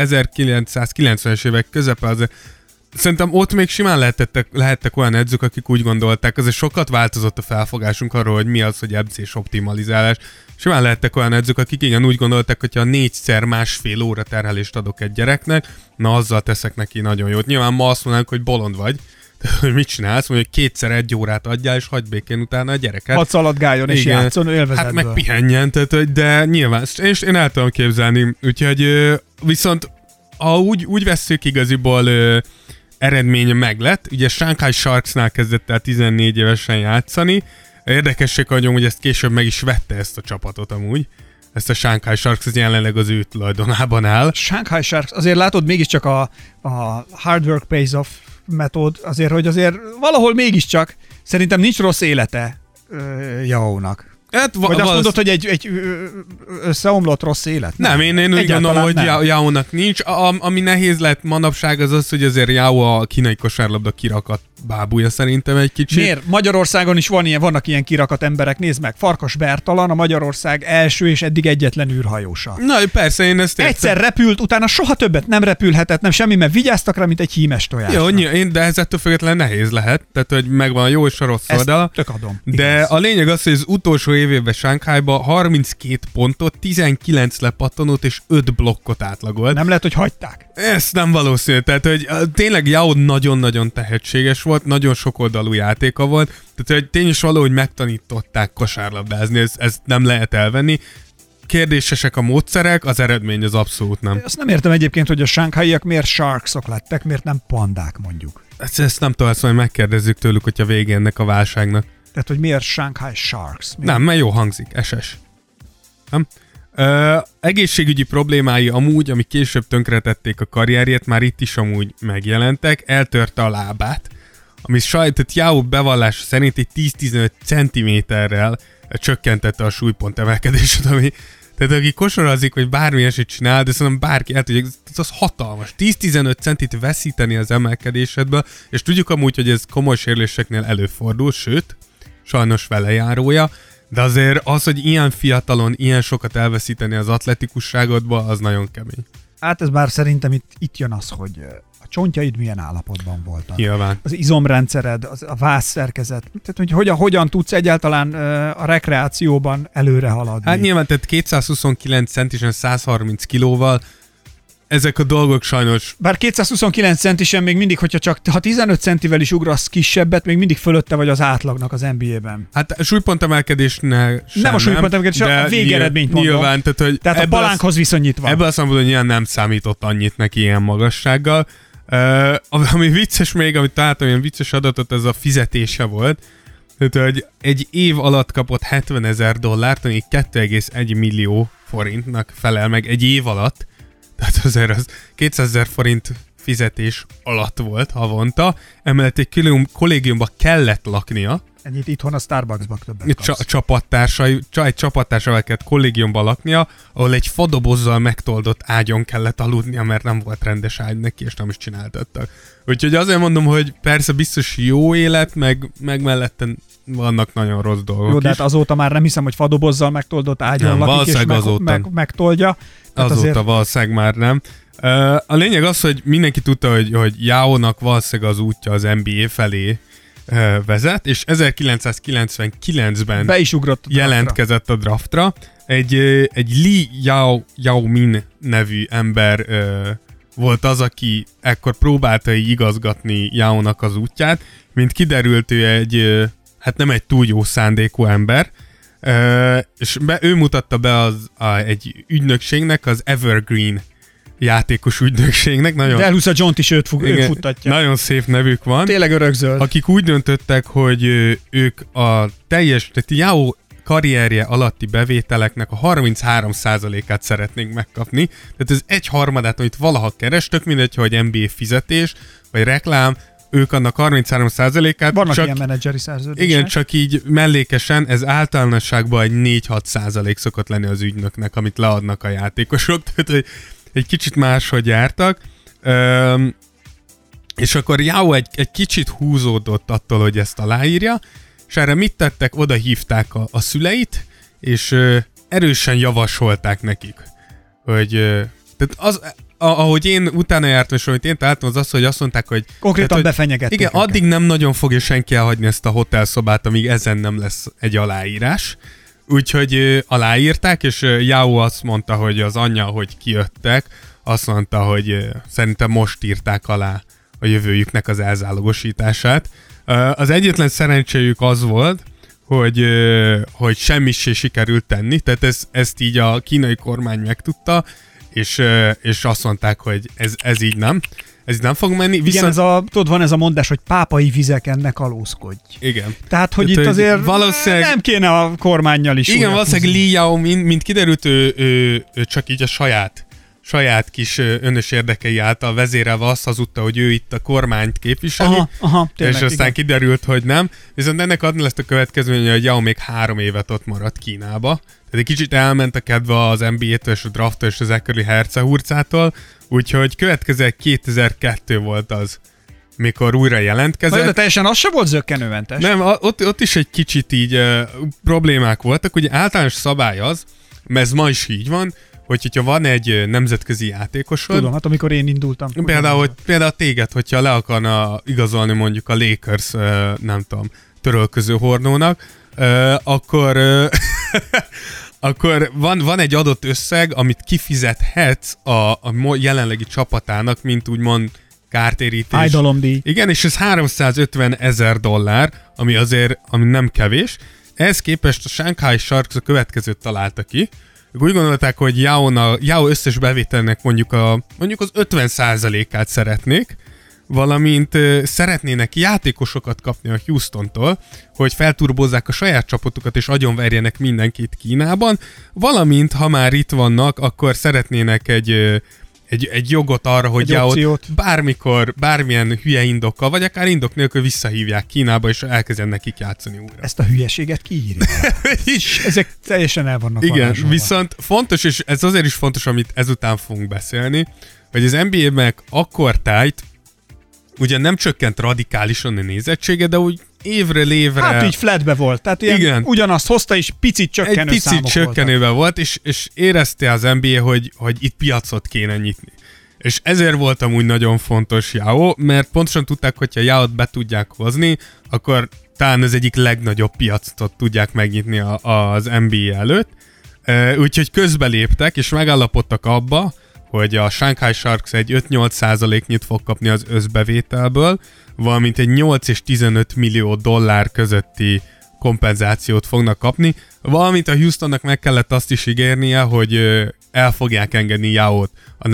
Speaker 2: 1990-es évek közepe azért. Szerintem ott még simán lehettek olyan edzők, akik úgy gondolták, azért sokat változott a felfogásunk arról, hogy mi az, hogy edzés optimalizálás. Simán lehettek olyan edzők, akik igen úgy gondolták, hogyha 4x másfél óra terhelést adok egy gyereknek, na azzal teszek neki nagyon jót. Nyilván ma azt mondanánk, hogy bolond vagy, hogy mit csinálsz, mondjuk, hogy 2x 1 órát adjál, és hagyd békén utána a gyereket.
Speaker 1: Hadd szaladgáljon és játszon élvezetből.
Speaker 2: Hát meg pihenjen, tehát, de nyilván, és én el tudom képzelni. Úgyhogy viszont ha úgy vesszük igaziból eredménye meglett. Ugye Shanghai Sharksnál kezdett el 14 évesen játszani. Érdekesség, hogy ezt később meg is vette ezt a csapatot amúgy. Ezt a Shanghai Sharks, ez jelenleg az ő tulajdonában áll.
Speaker 1: Shanghai Sharks, azért látod mégiscsak a hard work pays off metód, azért, hogy azért valahol mégiscsak szerintem nincs rossz élete Yao-nak.
Speaker 2: Hát,
Speaker 1: vagy azt mondod, hogy egy összeomlott rossz élet?
Speaker 2: Nem, én úgy gondolom, hogy Yao-nak nincs. Ami nehéz lett manapság az, hogy azért Yao a kínai kosárlabda kirakat bábúja szerintem egy kicsit.
Speaker 1: Miért? Magyarországon is vannak ilyen kirakat emberek. Nézd meg, Farkas Bertalan, a Magyarország első és eddig egyetlen űrhajósa.
Speaker 2: Na, persze, én ezt értem.
Speaker 1: Egyszer repült, utána soha többet nem repülhetett, nem semmi, mert vigyáztak rá, mint egy hímes tojás.
Speaker 2: Jó, de ez ettől függetlenül nehéz lehet, tehát hogy megvan a jó és a rossz oldala.
Speaker 1: Tök adom.
Speaker 2: De igaz. A lényeg az, hogy az utolsó évében Shanghaiba 32 pontot, 19 lepattanót és 5 blokkot átlagolt.
Speaker 1: Nem lehet, hogy hagyták.
Speaker 2: Ez nem valószínű, tehát hogy tényleg Yao nagyon-nagyon tehetséges volt, nagyon sokoldalú játéka volt, tehát hogy tényleg valahogy megtanították kosárlabdázni, ezt nem lehet elvenni. Kérdésesek a módszerek, az eredmény az abszolút nem.
Speaker 1: Azt nem értem egyébként, hogy a shanghaiak miért sharksok lettek, miért nem pandák mondjuk.
Speaker 2: Ezt nem tudom, ezt majd megkérdezzük tőlük, hogyha vége ennek a válságnak.
Speaker 1: Tehát, hogy miért Shanghai Sharks?
Speaker 2: Nem, mert jó hangzik, SS. Nem? Egészségügyi problémái amúgy, amik később tönkretették a karrierjét, már itt is amúgy megjelentek, eltörte a lábát, ami saját Yao bevallása szerint egy 10-15 centiméterrel csökkentette a súlypont emelkedését, ami tehát aki kosarazik, vagy bármi eset csinál, de szerintem bárki el tudja, az hatalmas. 10-15 centit veszíteni az emelkedésedből, és tudjuk amúgy, hogy ez komoly sérüléseknél előfordul, sőt, sajnos velejárója, de azért az, hogy ilyen fiatalon ilyen sokat elveszíteni az atletikusságodba, az nagyon kemény.
Speaker 1: Hát ez már szerintem itt jön az, hogy a csontjaid milyen állapotban voltak.
Speaker 2: Nyilván.
Speaker 1: Az izomrendszered, a vászszerkezet, tehát hogy hogyan tudsz egyáltalán a rekreációban előre haladni.
Speaker 2: Hát nyilván, tehát 229 centisen 130 kilóval ezek a dolgok sajnos...
Speaker 1: Bár 229 centisen még mindig, ha 15 centivel is ugrasz kisebbet, még mindig fölötte vagy az átlagnak az NBA-ben.
Speaker 2: Hát a súlypontemelkedésnél sem.
Speaker 1: Nem a súlypontemelkedés, a végeredményt mondom.
Speaker 2: Nyilván,
Speaker 1: tehát a palánkhoz viszonyítva.
Speaker 2: Ebből azt mondom, hogy nyilván nem számított annyit neki ilyen magassággal. Ami vicces még, amit találtam, ilyen vicces adatot, ez a fizetése volt. Tehát, hogy egy év alatt kapott $70,000, ami 2,1 millió forintnak felel meg egy év alatt. Tehát azért az 200,000 forint fizetés alatt volt havonta, emellett egy kollégiumban kellett laknia.
Speaker 1: Ennyit itthon a Starbucksban többet kapsz.
Speaker 2: Egy csapattársával kellett kollégiumban laknia, ahol egy fadobozzal megtoldott ágyon kellett aludnia, mert nem volt rendes ágy neki, és nem is csináltattak. Úgyhogy azért mondom, hogy persze biztos jó élet, meg mellette vannak nagyon rossz dolgok.
Speaker 1: Jó, de hát azóta már nem hiszem, hogy fadobozzal megtoldott ágyon lakik, és megtoldja.
Speaker 2: Azóta azért... valószínűleg már nem. A lényeg az, hogy mindenki tudta, hogy Yao-nak valószínűleg az útja az NBA felé vezet, és 1999-ben
Speaker 1: be is ugrott
Speaker 2: jelentkezett a draftra. Egy Li Yaomin nevű ember volt az, aki ekkor próbálta igazgatni Yao-nak az útját. Mint kiderült, ő nem egy túl jó szándékú ember, és ő mutatta be egy ügynökségnek, az Evergreen játékos ügynökségnek.
Speaker 1: De elhúzza John-t is őt futtatja.
Speaker 2: Nagyon szép nevük van.
Speaker 1: Tényleg örökzöld.
Speaker 2: Akik úgy döntöttek, hogy ők tehát Yao karrierje alatti bevételeknek a 33%-át szeretnénk megkapni. Tehát ez 1/3, amit valaha kerestek, mindegy, hogy NBA fizetés, vagy reklám, ők annak 33%-át.
Speaker 1: Vannak ilyen menedzseri szerződések.
Speaker 2: Igen, csak így mellékesen ez általánosságban egy 4-6% szokott lenni az ügynöknek, amit leadnak a játékosok. Tehát, hogy egy kicsit máshogy jártak. És akkor Yao egy kicsit húzódott attól, hogy ezt aláírja, és erre mit tettek? Oda hívták a szüleit, és erősen javasolták nekik, hogy tehát az, ahogy én utána jártam, és amit én találtam, az hogy azt mondták, hogy...
Speaker 1: Konkrétan befenyegették.
Speaker 2: Igen, addig nem nagyon fogja senki elhagyni ezt a hotelszobát, amíg ezen nem lesz egy aláírás. Úgyhogy aláírták, és Yao azt mondta, hogy az anyja, hogy kijöttek, azt mondta, hogy szerintem most írták alá a jövőjüknek az elzálogosítását. Az egyetlen szerencséjük az volt, hogy semmit se sikerült tenni, tehát ezt így a kínai kormány megtudta, és azt mondták, hogy ez így nem. Ez nem fog menni.
Speaker 1: Igen, van ez a mondás, hogy pápai vizeken ne kalózkodj.
Speaker 2: Igen.
Speaker 1: Tehát, hogy itt azért nem kéne a kormánnyal is.
Speaker 2: Igen, valószínűleg Li Yao, mint kiderült, ő csak így a saját saját kis önös érdekei által vezérelve azt hazudta, hogy ő itt a kormányt képviseli,
Speaker 1: tényleg,
Speaker 2: és aztán kiderült, hogy nem. Viszont ennek adni lesz a következménye, hogy Yao még 3 évet ott maradt Kínába. Tehát egy kicsit elment a kedve az NBA-től és a drafttól és az ekkori hercehurcától, úgyhogy következő 2002 volt az, mikor újra jelentkezett.
Speaker 1: De teljesen az sem volt zökkenőmentes.
Speaker 2: Nem, ott is egy kicsit így problémák voltak. Ugye általános szabály az, mert ez ma is így van, hogyha van egy nemzetközi játékosod.
Speaker 1: Tudom, hát amikor én indultam.
Speaker 2: Például téged, hogyha le akarna igazolni mondjuk a Lakers, nem tudom, törölköző hornónak, akkor van egy adott összeg, amit kifizethetsz a jelenlegi csapatának, mint úgymond kártérítés.
Speaker 1: Fájdalomdíj.
Speaker 2: Igen, és ez $350,000, ami nem kevés. Ehhez képest a Shanghai Sharks a következőt találta ki. Úgy gondolták, hogy Yao összes bevételnek mondjuk az 50%-át szeretnék, valamint szeretnének játékosokat kapni a Houstontól, hogy felturbozzák a saját csapatukat és agyonverjenek mindenkit Kínában, valamint, ha már itt vannak, akkor szeretnének egy jogot arra, hogy Yaot bármikor, bármilyen hülye indokkal, vagy akár indok nélkül visszahívják Kínába, és elkezdjen nekik játszani újra.
Speaker 1: Ezt a hülyeséget kiírja. Ezek teljesen el vannak.
Speaker 2: Igen, viszont fontos, és ez azért is fontos, amit ezután fogunk beszélni, hogy az NBA-nek akkor tájt, ugye nem csökkent radikálisan a nézettsége, de úgy évről évre...
Speaker 1: Hát így flatbe volt, tehát ilyen ugyanazt hozta, és picit csökkenő
Speaker 2: egy picit csökkenőben volt, és érezte az NBA, hogy itt piacot kéne nyitni. És ezért volt amúgy nagyon fontos Yao, mert pontosan tudták, hogyha Yaot be tudják hozni, akkor talán az egyik legnagyobb piacot tudják megnyitni az NBA előtt. Úgyhogy közbeléptek, és megállapodtak abba, hogy a Shanghai Sharks egy 5-8%-nyit fog kapni az összbevételből, valamint egy 8 és 15 millió dollár közötti kompenzációt fognak kapni, valamint a Houstonnak meg kellett azt is ígérnie, hogy el fogják engedni Yaot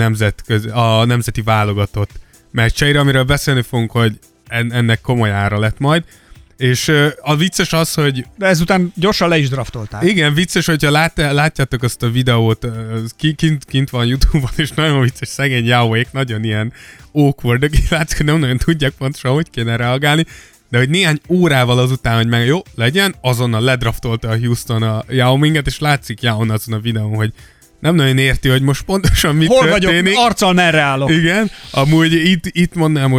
Speaker 2: a nemzeti válogatott meccseire, amiről beszélni fogunk, hogy ennek komoly ára lett majd. És a vicces az, hogy...
Speaker 1: De ezután gyorsan le is draftolták.
Speaker 2: Igen, vicces, hogyha látjátok azt a videót, kint van YouTube-on, és nagyon vicces, szegény Yaoék, nagyon ilyen awkward, akik látszik, hogy nem nagyon tudják pontosan, hogy kéne reagálni, de hogy néhány órával azután, hogy meg jó, legyen, azonnal ledraftolta a Houston a Yao Minget, és látszik Yaon azon a videón, hogy nem nagyon érti, hogy most pontosan mit
Speaker 1: hol
Speaker 2: történik.
Speaker 1: vagyok, arccal merre állok.
Speaker 2: Igen, amúgy itt mondanám,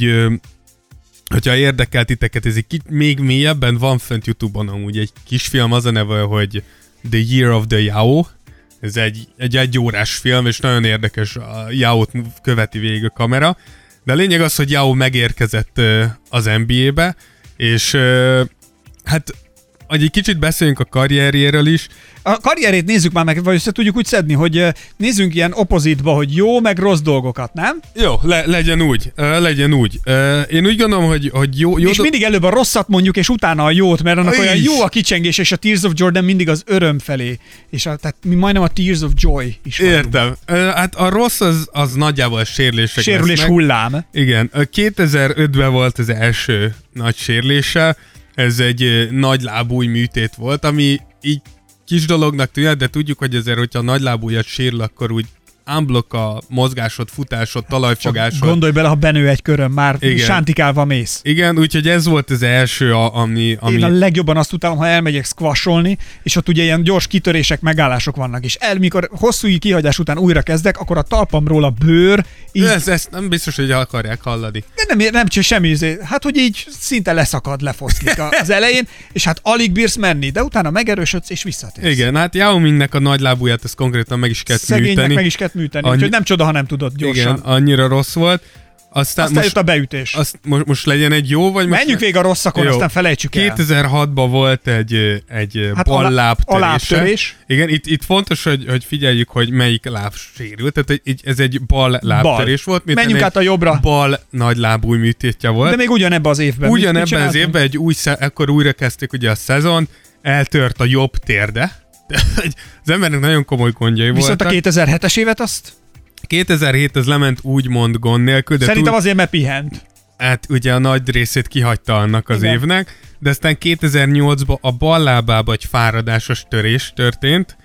Speaker 2: hogyha érdekelt titeket, ez egy még mélyebben van fönt YouTube-on amúgy egy kisfilm, az a neve, hogy The Year of the Yao. Ez egy órás film, és nagyon érdekes, a Yaot követi végig a kamera. De a lényeg az, hogy Yao megérkezett az NBA-be, és hát egy kicsit beszéljünk a karrierjéről is.
Speaker 1: A karrierét nézzük már meg, vagy össze tudjuk úgy szedni, hogy nézzünk ilyen opozitba, hogy jó, meg rossz dolgokat, nem?
Speaker 2: Jó, legyen úgy. Én úgy gondolom, hogy jó...
Speaker 1: És mindig előbb a rosszat mondjuk, és utána a jót, mert annak olyan jó a kicsengés, és a Tears of Jordan mindig az öröm felé. És tehát mi majdnem a Tears of Joy is vagyunk.
Speaker 2: Értem. Hát a rossz az nagyjából a sérülések
Speaker 1: Sérülés
Speaker 2: lesznek.
Speaker 1: hullám.
Speaker 2: Igen. 2005-ben volt az első nagy sérülése. Ez egy nagy lábúj műtét volt, ami így kis dolognak tűnhet, de tudjuk, hogy azért, hogyha a nagylábújat sérül, akkor úgy unblock a mozgásod, futásod, talajfogásod.
Speaker 1: Csak gondolj bele, ha benő egy köröm, már sántikálva mész.
Speaker 2: Igen, úgyhogy ez volt az első, ami...
Speaker 1: Én a legjobban azt utálom, ha elmegyek squasholni, és ott ugye ilyen gyors kitörések, megállások vannak, és mikor hosszú kihagyás után újra kezdek, akkor a talpamról a bőr... Így...
Speaker 2: Ezt nem biztos, hogy akarják hallani.
Speaker 1: De nem csak semmi, hát hogy így szinte leszakad, lefoszlik az elején, és hát alig bírsz menni, de utána megerősödsz és visszatérsz.
Speaker 2: Igen, hát Yao Mingnek a nagy lábúját ezt konkrétan meg is kellett műteni.
Speaker 1: Meg is kellett műteni, úgyhogy nem csoda, ha nem tudod gyorsan.
Speaker 2: Igen, annyira rossz volt. Aztán
Speaker 1: jött a beütés.
Speaker 2: Most legyen egy jó, vagy most...
Speaker 1: Menjünk végig a rosszakon, jó. Aztán felejtsük el.
Speaker 2: 2006-ban volt egy ballábtörés. Igen, itt fontos, hogy figyeljük, hogy melyik láb sérült. Tehát ez egy ballábtörés volt.
Speaker 1: Menjünk át a jobbra.
Speaker 2: Bal nagylábúj műtétje volt.
Speaker 1: De még ugyanebben az évben.
Speaker 2: Ugyanebben az évben akkor újra kezdték ugye a szezon, eltört a jobb térde. Az embernek nagyon komoly gondjai voltak.
Speaker 1: Viszont a 2007-es évet azt?
Speaker 2: 2007 az lement úgymond gond nélkül. De
Speaker 1: szerintem azért, mert pihent.
Speaker 2: Hát ugye a nagy részét kihagyta annak az évnek, de aztán 2008-ban a bal lábába egy fáradásos törés történt,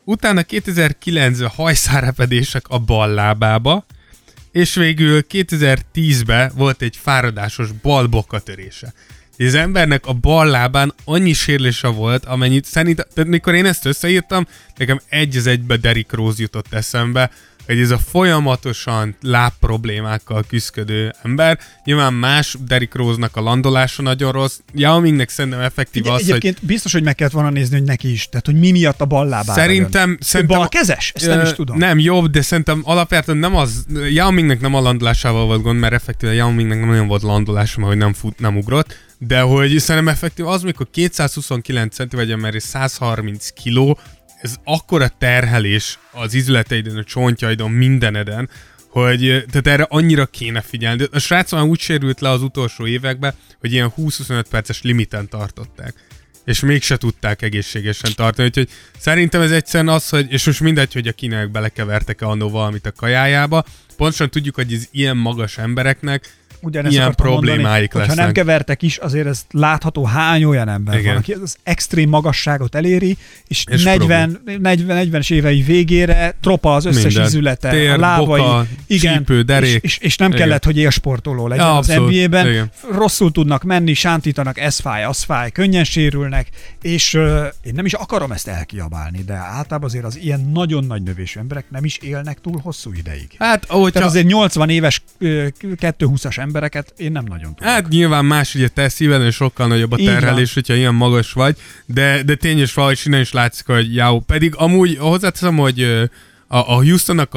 Speaker 2: utána 2009-ben hajszárepedések a bal lábába, és végül 2010-ben volt egy fáradásos bal bokkatörése. Az embernek a bal lábán annyi sérülése volt, amennyit szerintem, tehát mikor én ezt összeírtam, nekem egy az egybe Derrick Rose jutott eszembe, hogy ez a folyamatosan lábproblémákkal küzdködő ember. Nyilván más, Derrick Rose-nak a landolása nagyon rossz. Yao Mingnek szerintem effektív az,
Speaker 1: egyébként
Speaker 2: hogy...
Speaker 1: biztos, hogy meg kellett volna nézni, hogy neki is. Tehát, hogy mi miatt a bal lábára
Speaker 2: Szerintem
Speaker 1: balkezes? Ezt nem is tudom.
Speaker 2: Nem, jobb, de szerintem alapvetően nem az... Yao Mingnek nem a landolásával volt gond, mert effektíven Yao Mingnek nem nagyon volt landolása, mert hogy nem ugrott. De hogy szerintem effektív az, mikor 229 centi vagy, mert 130 kiló, ez akkora terhelés az izületeidön, a csontjaidon, mindeneden, hogy tehát erre annyira kéne figyelni. De a srác már úgy sérült le az utolsó években, hogy ilyen 20-25 perces limiten tartották. És mégse tudták egészségesen tartani. Úgyhogy szerintem ez egyszerűen az, hogy, és most mindegy, hogy a kínaiak belekevertek-e annó valamit a kajájába, pontosan tudjuk, hogy az ilyen magas embereknek ilyen problémáik lesznek.
Speaker 1: Ha nem kevertek is, azért ez látható, hány olyan ember van, aki az extrém magasságot eléri, és 40-es évei végére tropa az összes izülete,
Speaker 2: tér,
Speaker 1: a lábai,
Speaker 2: boka, csípő, derék.
Speaker 1: És nem kellett, hogy élsportoló legyen az NBA-ben.
Speaker 2: Igen.
Speaker 1: Rosszul tudnak menni, sántítanak, ez fáj, az fáj, könnyen sérülnek, és én nem is akarom ezt elkiabálni, de általában azért az ilyen nagyon nagy növésű emberek nem is élnek túl hosszú ideig.
Speaker 2: Hát,
Speaker 1: tehát azért 80 éves 220-as embereket én nem nagyon tudok. Hát
Speaker 2: nyilván más, ugye te szíveden sokkal nagyobb a terhelés, hogyha ilyen magas vagy, de tényleg valahogy innen is látszik, hogy Yao. Pedig amúgy hozzáteszem, hogy a Houstonnak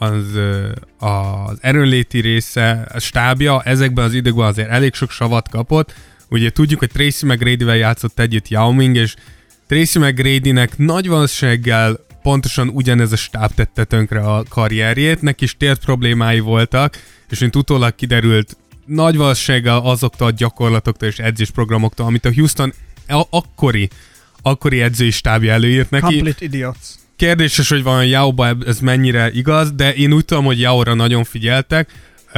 Speaker 2: az erőnléti része, a stábja ezekben az időkben azért elég sok savat kapott. Ugye tudjuk, hogy Tracy McGrady-vel játszott együtt Yao Ming, és Tracy McGrady-nek nagy valószínűséggel pontosan ugyanez a stáb tette tönkre a karrierjét, neki is tért problémái voltak, és mint utólag kiderült, nagy valószínűséggel azoktól a gyakorlatoktól és edzésprogramoktól, amit a Houston akkori edzői stábja előírt neki.
Speaker 1: Complete idiots.
Speaker 2: Kérdéses, hogy van Yao-ba ez mennyire igaz, de én úgy tudom, hogy Yao-ra nagyon figyeltek,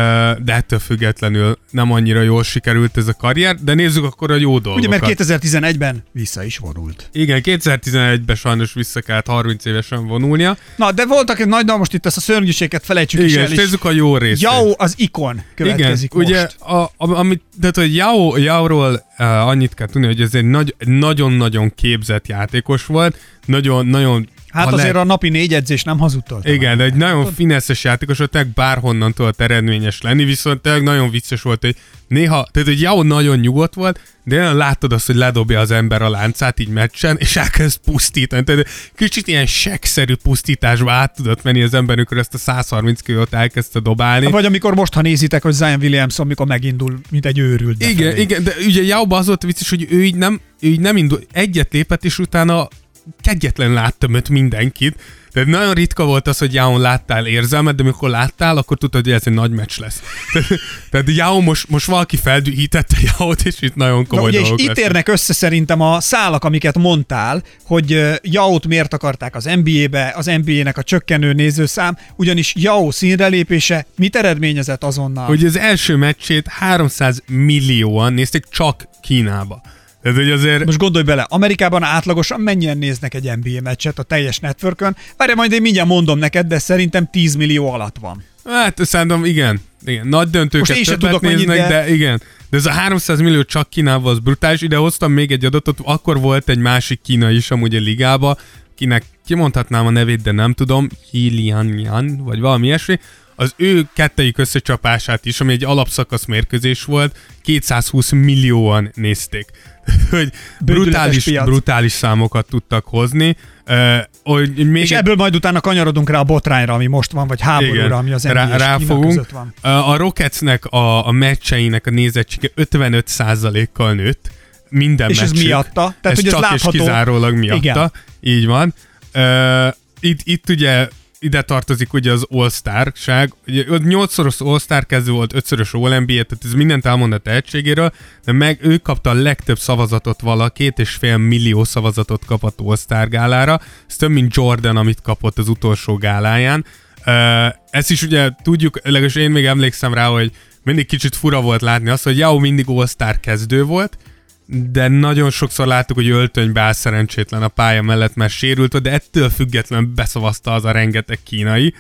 Speaker 2: de ettől függetlenül nem annyira jól sikerült ez a karrier, de nézzük akkor a jó dolgokat.
Speaker 1: Ugye, mert 2011-ben vissza is vonult.
Speaker 2: Igen, 2011-ben sajnos vissza kellett 30 évesen vonulnia.
Speaker 1: Na, de voltak egy nagy, most itt ezt a szörnyűséget felejtsük is el.
Speaker 2: Igen, és nézzük a jó részét.
Speaker 1: Yao az ikon következik most.
Speaker 2: Ugye, tehát, hogy Yao-ról annyit kell tudni, hogy ez egy nagyon-nagyon képzett játékos volt, nagyon
Speaker 1: hát azért a napi 4 edzés nem hazudtoltam.
Speaker 2: Igen, de egy nagyon fineszes játékos, hogy bárhonnan tudott eredményes lenni, viszont tényleg nagyon vicces volt, hogy néha, tehát hogy Yao nagyon nyugodt volt, de láttad azt, hogy ledobja az ember a láncát így meccsen, és elkezd pusztítani. Tehát kicsit ilyen seggszerű pusztításba át tudott menni az ember, amikor ezt a 130 kilót elkezdte dobálni.
Speaker 1: Vagy amikor most, ha nézitek, hogy Zion Williamson, amikor megindul, mint egy őrült.
Speaker 2: Igen, de ugye Yao-ban az volt vicces, hogy ő így nem indul, egyet lépett, és utána kegyetlen láttam őt mindenkit. Tehát nagyon ritka volt az, hogy Yao-n láttál érzelmet, de amikor láttál, akkor tudtad, hogy ez egy nagy meccs lesz. Tehát Yao most valaki feldühítette Yao-t, és itt nagyon komoly dolgok
Speaker 1: lesznek. És itt érnek össze szerintem a szálak, amiket mondtál, hogy Yao-t miért akarták az NBA-be, az NBA-nek a csökkenő nézőszám, ugyanis Yao színrelépése mit eredményezett azonnal?
Speaker 2: Hogy az első meccsét 300 millióan nézték csak Kínába. Azért...
Speaker 1: Most gondolj bele, Amerikában átlagosan mennyien néznek egy NBA meccset a teljes networkön? Várj, majd én mindjárt mondom neked, de szerintem 10 millió alatt van.
Speaker 2: Hát szerintem igen. Nagy döntőket többet néznek, de igen. De ez a 300 millió csak Kínában az brutális. Ide hoztam még egy adatot, akkor volt egy másik kínai is amúgy a ligába, kinek kimondhatnám a nevét, de nem tudom, Hilian, vagy valami ilyesmi. Az ő kettejük összecsapását is, ami egy alapszakasz mérkőzés volt, 220 millióan nézték. Hogy brutális számokat tudtak hozni.
Speaker 1: És ebből majd utána kanyarodunk rá a botrányra, ami most van, vagy háborúra, igen, ami az NBA-s Kína között van.
Speaker 2: A Rocketsnek a meccseinek a nézettsége 55%-kal nőtt. Minden
Speaker 1: és
Speaker 2: meccsük.
Speaker 1: ez miatta? Tehát,
Speaker 2: ez csak
Speaker 1: látható...
Speaker 2: és kizárólag miatta. Igen. Így van. Itt ugye ide tartozik ugye az All-Star-ság. Ugye 8-szoros All-Star kezdő volt, 5-szörös All-NBA, tehát ez mindent elmond a tehetségéről, de meg ő kapta a legtöbb szavazatot valaki, 2,5 millió szavazatot kapott All-Star gálára. Ez több, mint Jordan, amit kapott az utolsó gáláján. Ezt is ugye tudjuk, legalábbis én még emlékszem rá, hogy mindig kicsit fura volt látni azt, hogy Yao mindig All-Star kezdő volt, de nagyon sokszor láttuk, hogy öltönybe áll szerencsétlen a pálya mellett, mert sérült volt, de ettől függetlenül beszavazta az a rengeteg kínai.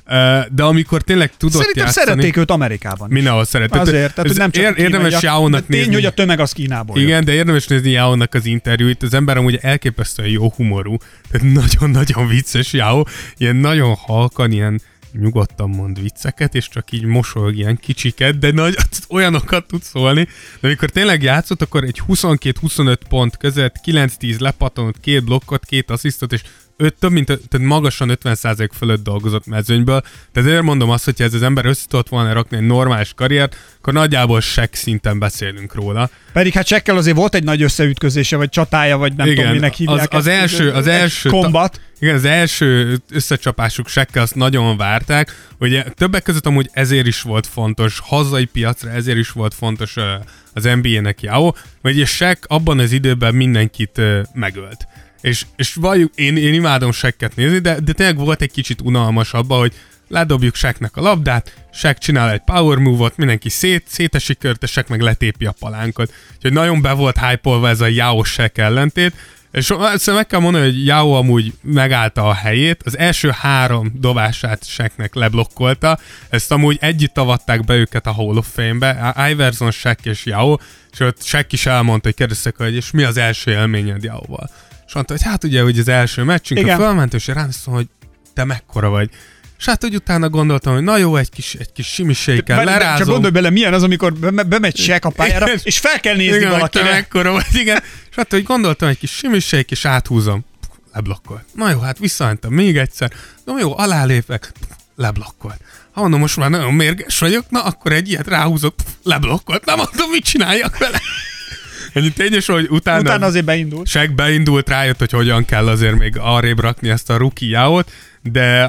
Speaker 2: De amikor tényleg tudott
Speaker 1: Szerintem
Speaker 2: játszani...
Speaker 1: szerették őt Amerikában.
Speaker 2: Mindenhol szerették.
Speaker 1: Azért, tehát nem csak
Speaker 2: érdemes Yao-nak nézni.
Speaker 1: Tény, hogy a tömeg az Kínából jött.
Speaker 2: Igen, de érdemes nézni Yao-nak az interjúit. Az ember amúgy elképesztően jó humorú. Tehát nagyon-nagyon vicces Yao. Ilyen nagyon halkan, ilyen nyugodtan mond vicceket, és csak így mosolyog ilyen kicsiket, de olyanokat tud szólni. De amikor tényleg játszott, akkor egy 22-25 pont között 9-10 lepattanott, 2 blokkot, 2 asszisztot, és tehát magasan 50% fölött dolgozott mezőnyből. Tehát ezért mondom azt, hogy ez az ember össze tudott volna rakni egy normális karriert, akkor nagyjából Shaq szinten beszélünk róla.
Speaker 1: Pedig hát Shaqkel azért volt egy nagy összeütközése, vagy csatája, vagy nem tudom, minek hívják.
Speaker 2: Az első
Speaker 1: kombat.
Speaker 2: Igen, az első összecsapásuk Shaqkel azt nagyon várták. Ugye többek között amúgy ezért is volt fontos, hazai piacra ezért is volt fontos az NBA-nek Yao, hogy Shaq abban az időben mindenkit megölt. És valljuk, én imádom Shaq-et nézni, de tényleg volt egy kicsit unalmas abban, hogy ledobjuk Shaqnek a labdát, Shaq csinál egy power move-ot, mindenki szétesik körte, Shaq meg letépi a palánkot. Úgyhogy nagyon be volt hype-olva ez a Yao-Shaq ellentét, és szóval meg kell mondani, hogy Yao amúgy megállta a helyét, az első 3 dobását Shaqnek leblokkolta, ezt amúgy együtt avatták be őket a Hall of Fame-be, Iverson, Shaq és Yao, és ott Shaq is elmondta, hogy kérdeztek, hogy és mi az első élményed Yao-val. És mondta, hogy hát ugye, hogy az első meccsünk, a fölment, és rám azt mondta, hogy te mekkora vagy. És hát, hogy utána gondoltam, hogy na jó, egy kis simisékkel lerázom.
Speaker 1: Csak gondolj bele, milyen az, amikor bemegy Shaq a pályára, és fel kell nézni valakinek.
Speaker 2: Te mekkora vagy, igen. És hát, hogy gondoltam, egy kis simisék, és áthúzom. Leblokkolt. Na jó, hát visszamentem még egyszer. Na jó, alálépek. Leblokkolt. Ha mondom, most már nagyon mérges vagyok, na akkor egy ilyet ráhúzok. Leblokkolt. Na mondom, mit csináljak vele? Ennyi tényes, hogy utána
Speaker 1: azért beindult.
Speaker 2: Shaq beindult, rájött, hogy hogyan kell azért még arrébb rakni ezt a rookie Yao-t, de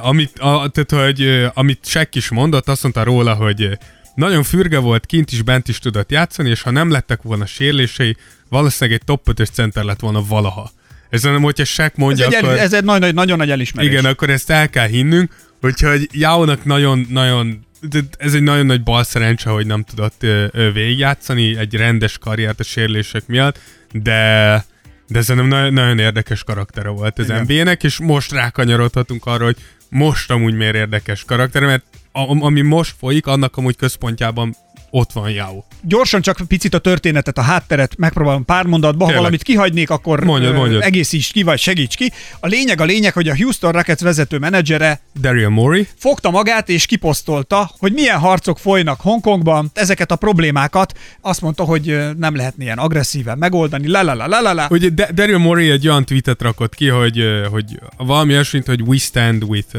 Speaker 2: amit Shaq is mondott, azt mondta róla, hogy nagyon fürge volt, kint is, bent is tudott játszani, és ha nem lettek volna sérülései, valószínűleg egy top 5-ös center lett volna valaha. Ez nem, hogyha Shaq mondja,
Speaker 1: ez egy nagyon nagy elismerés.
Speaker 2: Igen, akkor ezt el kell hinnünk, úgyhogy Yao-nak nagyon ez egy nagyon nagy balszerencse, hogy nem tudott végigjátszani egy rendes karriert a sérülések miatt, de szerintem nagyon érdekes karaktere volt az NBA-nek, és most rákanyarodhatunk arra, hogy most amúgy miért érdekes karaktere, mert ami most folyik, annak amúgy központjában ott van Yao.
Speaker 1: Gyorsan csak picit a történetet, a hátteret megpróbálom pár mondatba, ha valamit kihagynék, akkor
Speaker 2: mondjad.
Speaker 1: Egészíts ki, vagy segíts ki. A lényeg, hogy a Houston Rockets vezető menedzsere
Speaker 2: Daryl Morey fogta
Speaker 1: magát és kiposztolta, hogy milyen harcok folynak Hongkongban, ezeket a problémákat, azt mondta, hogy nem lehetne ilyen agresszíven megoldani, la.
Speaker 2: Ugye Daryl Morey egy olyan tweetet rakott ki, hogy valami olyasmit, hogy we stand with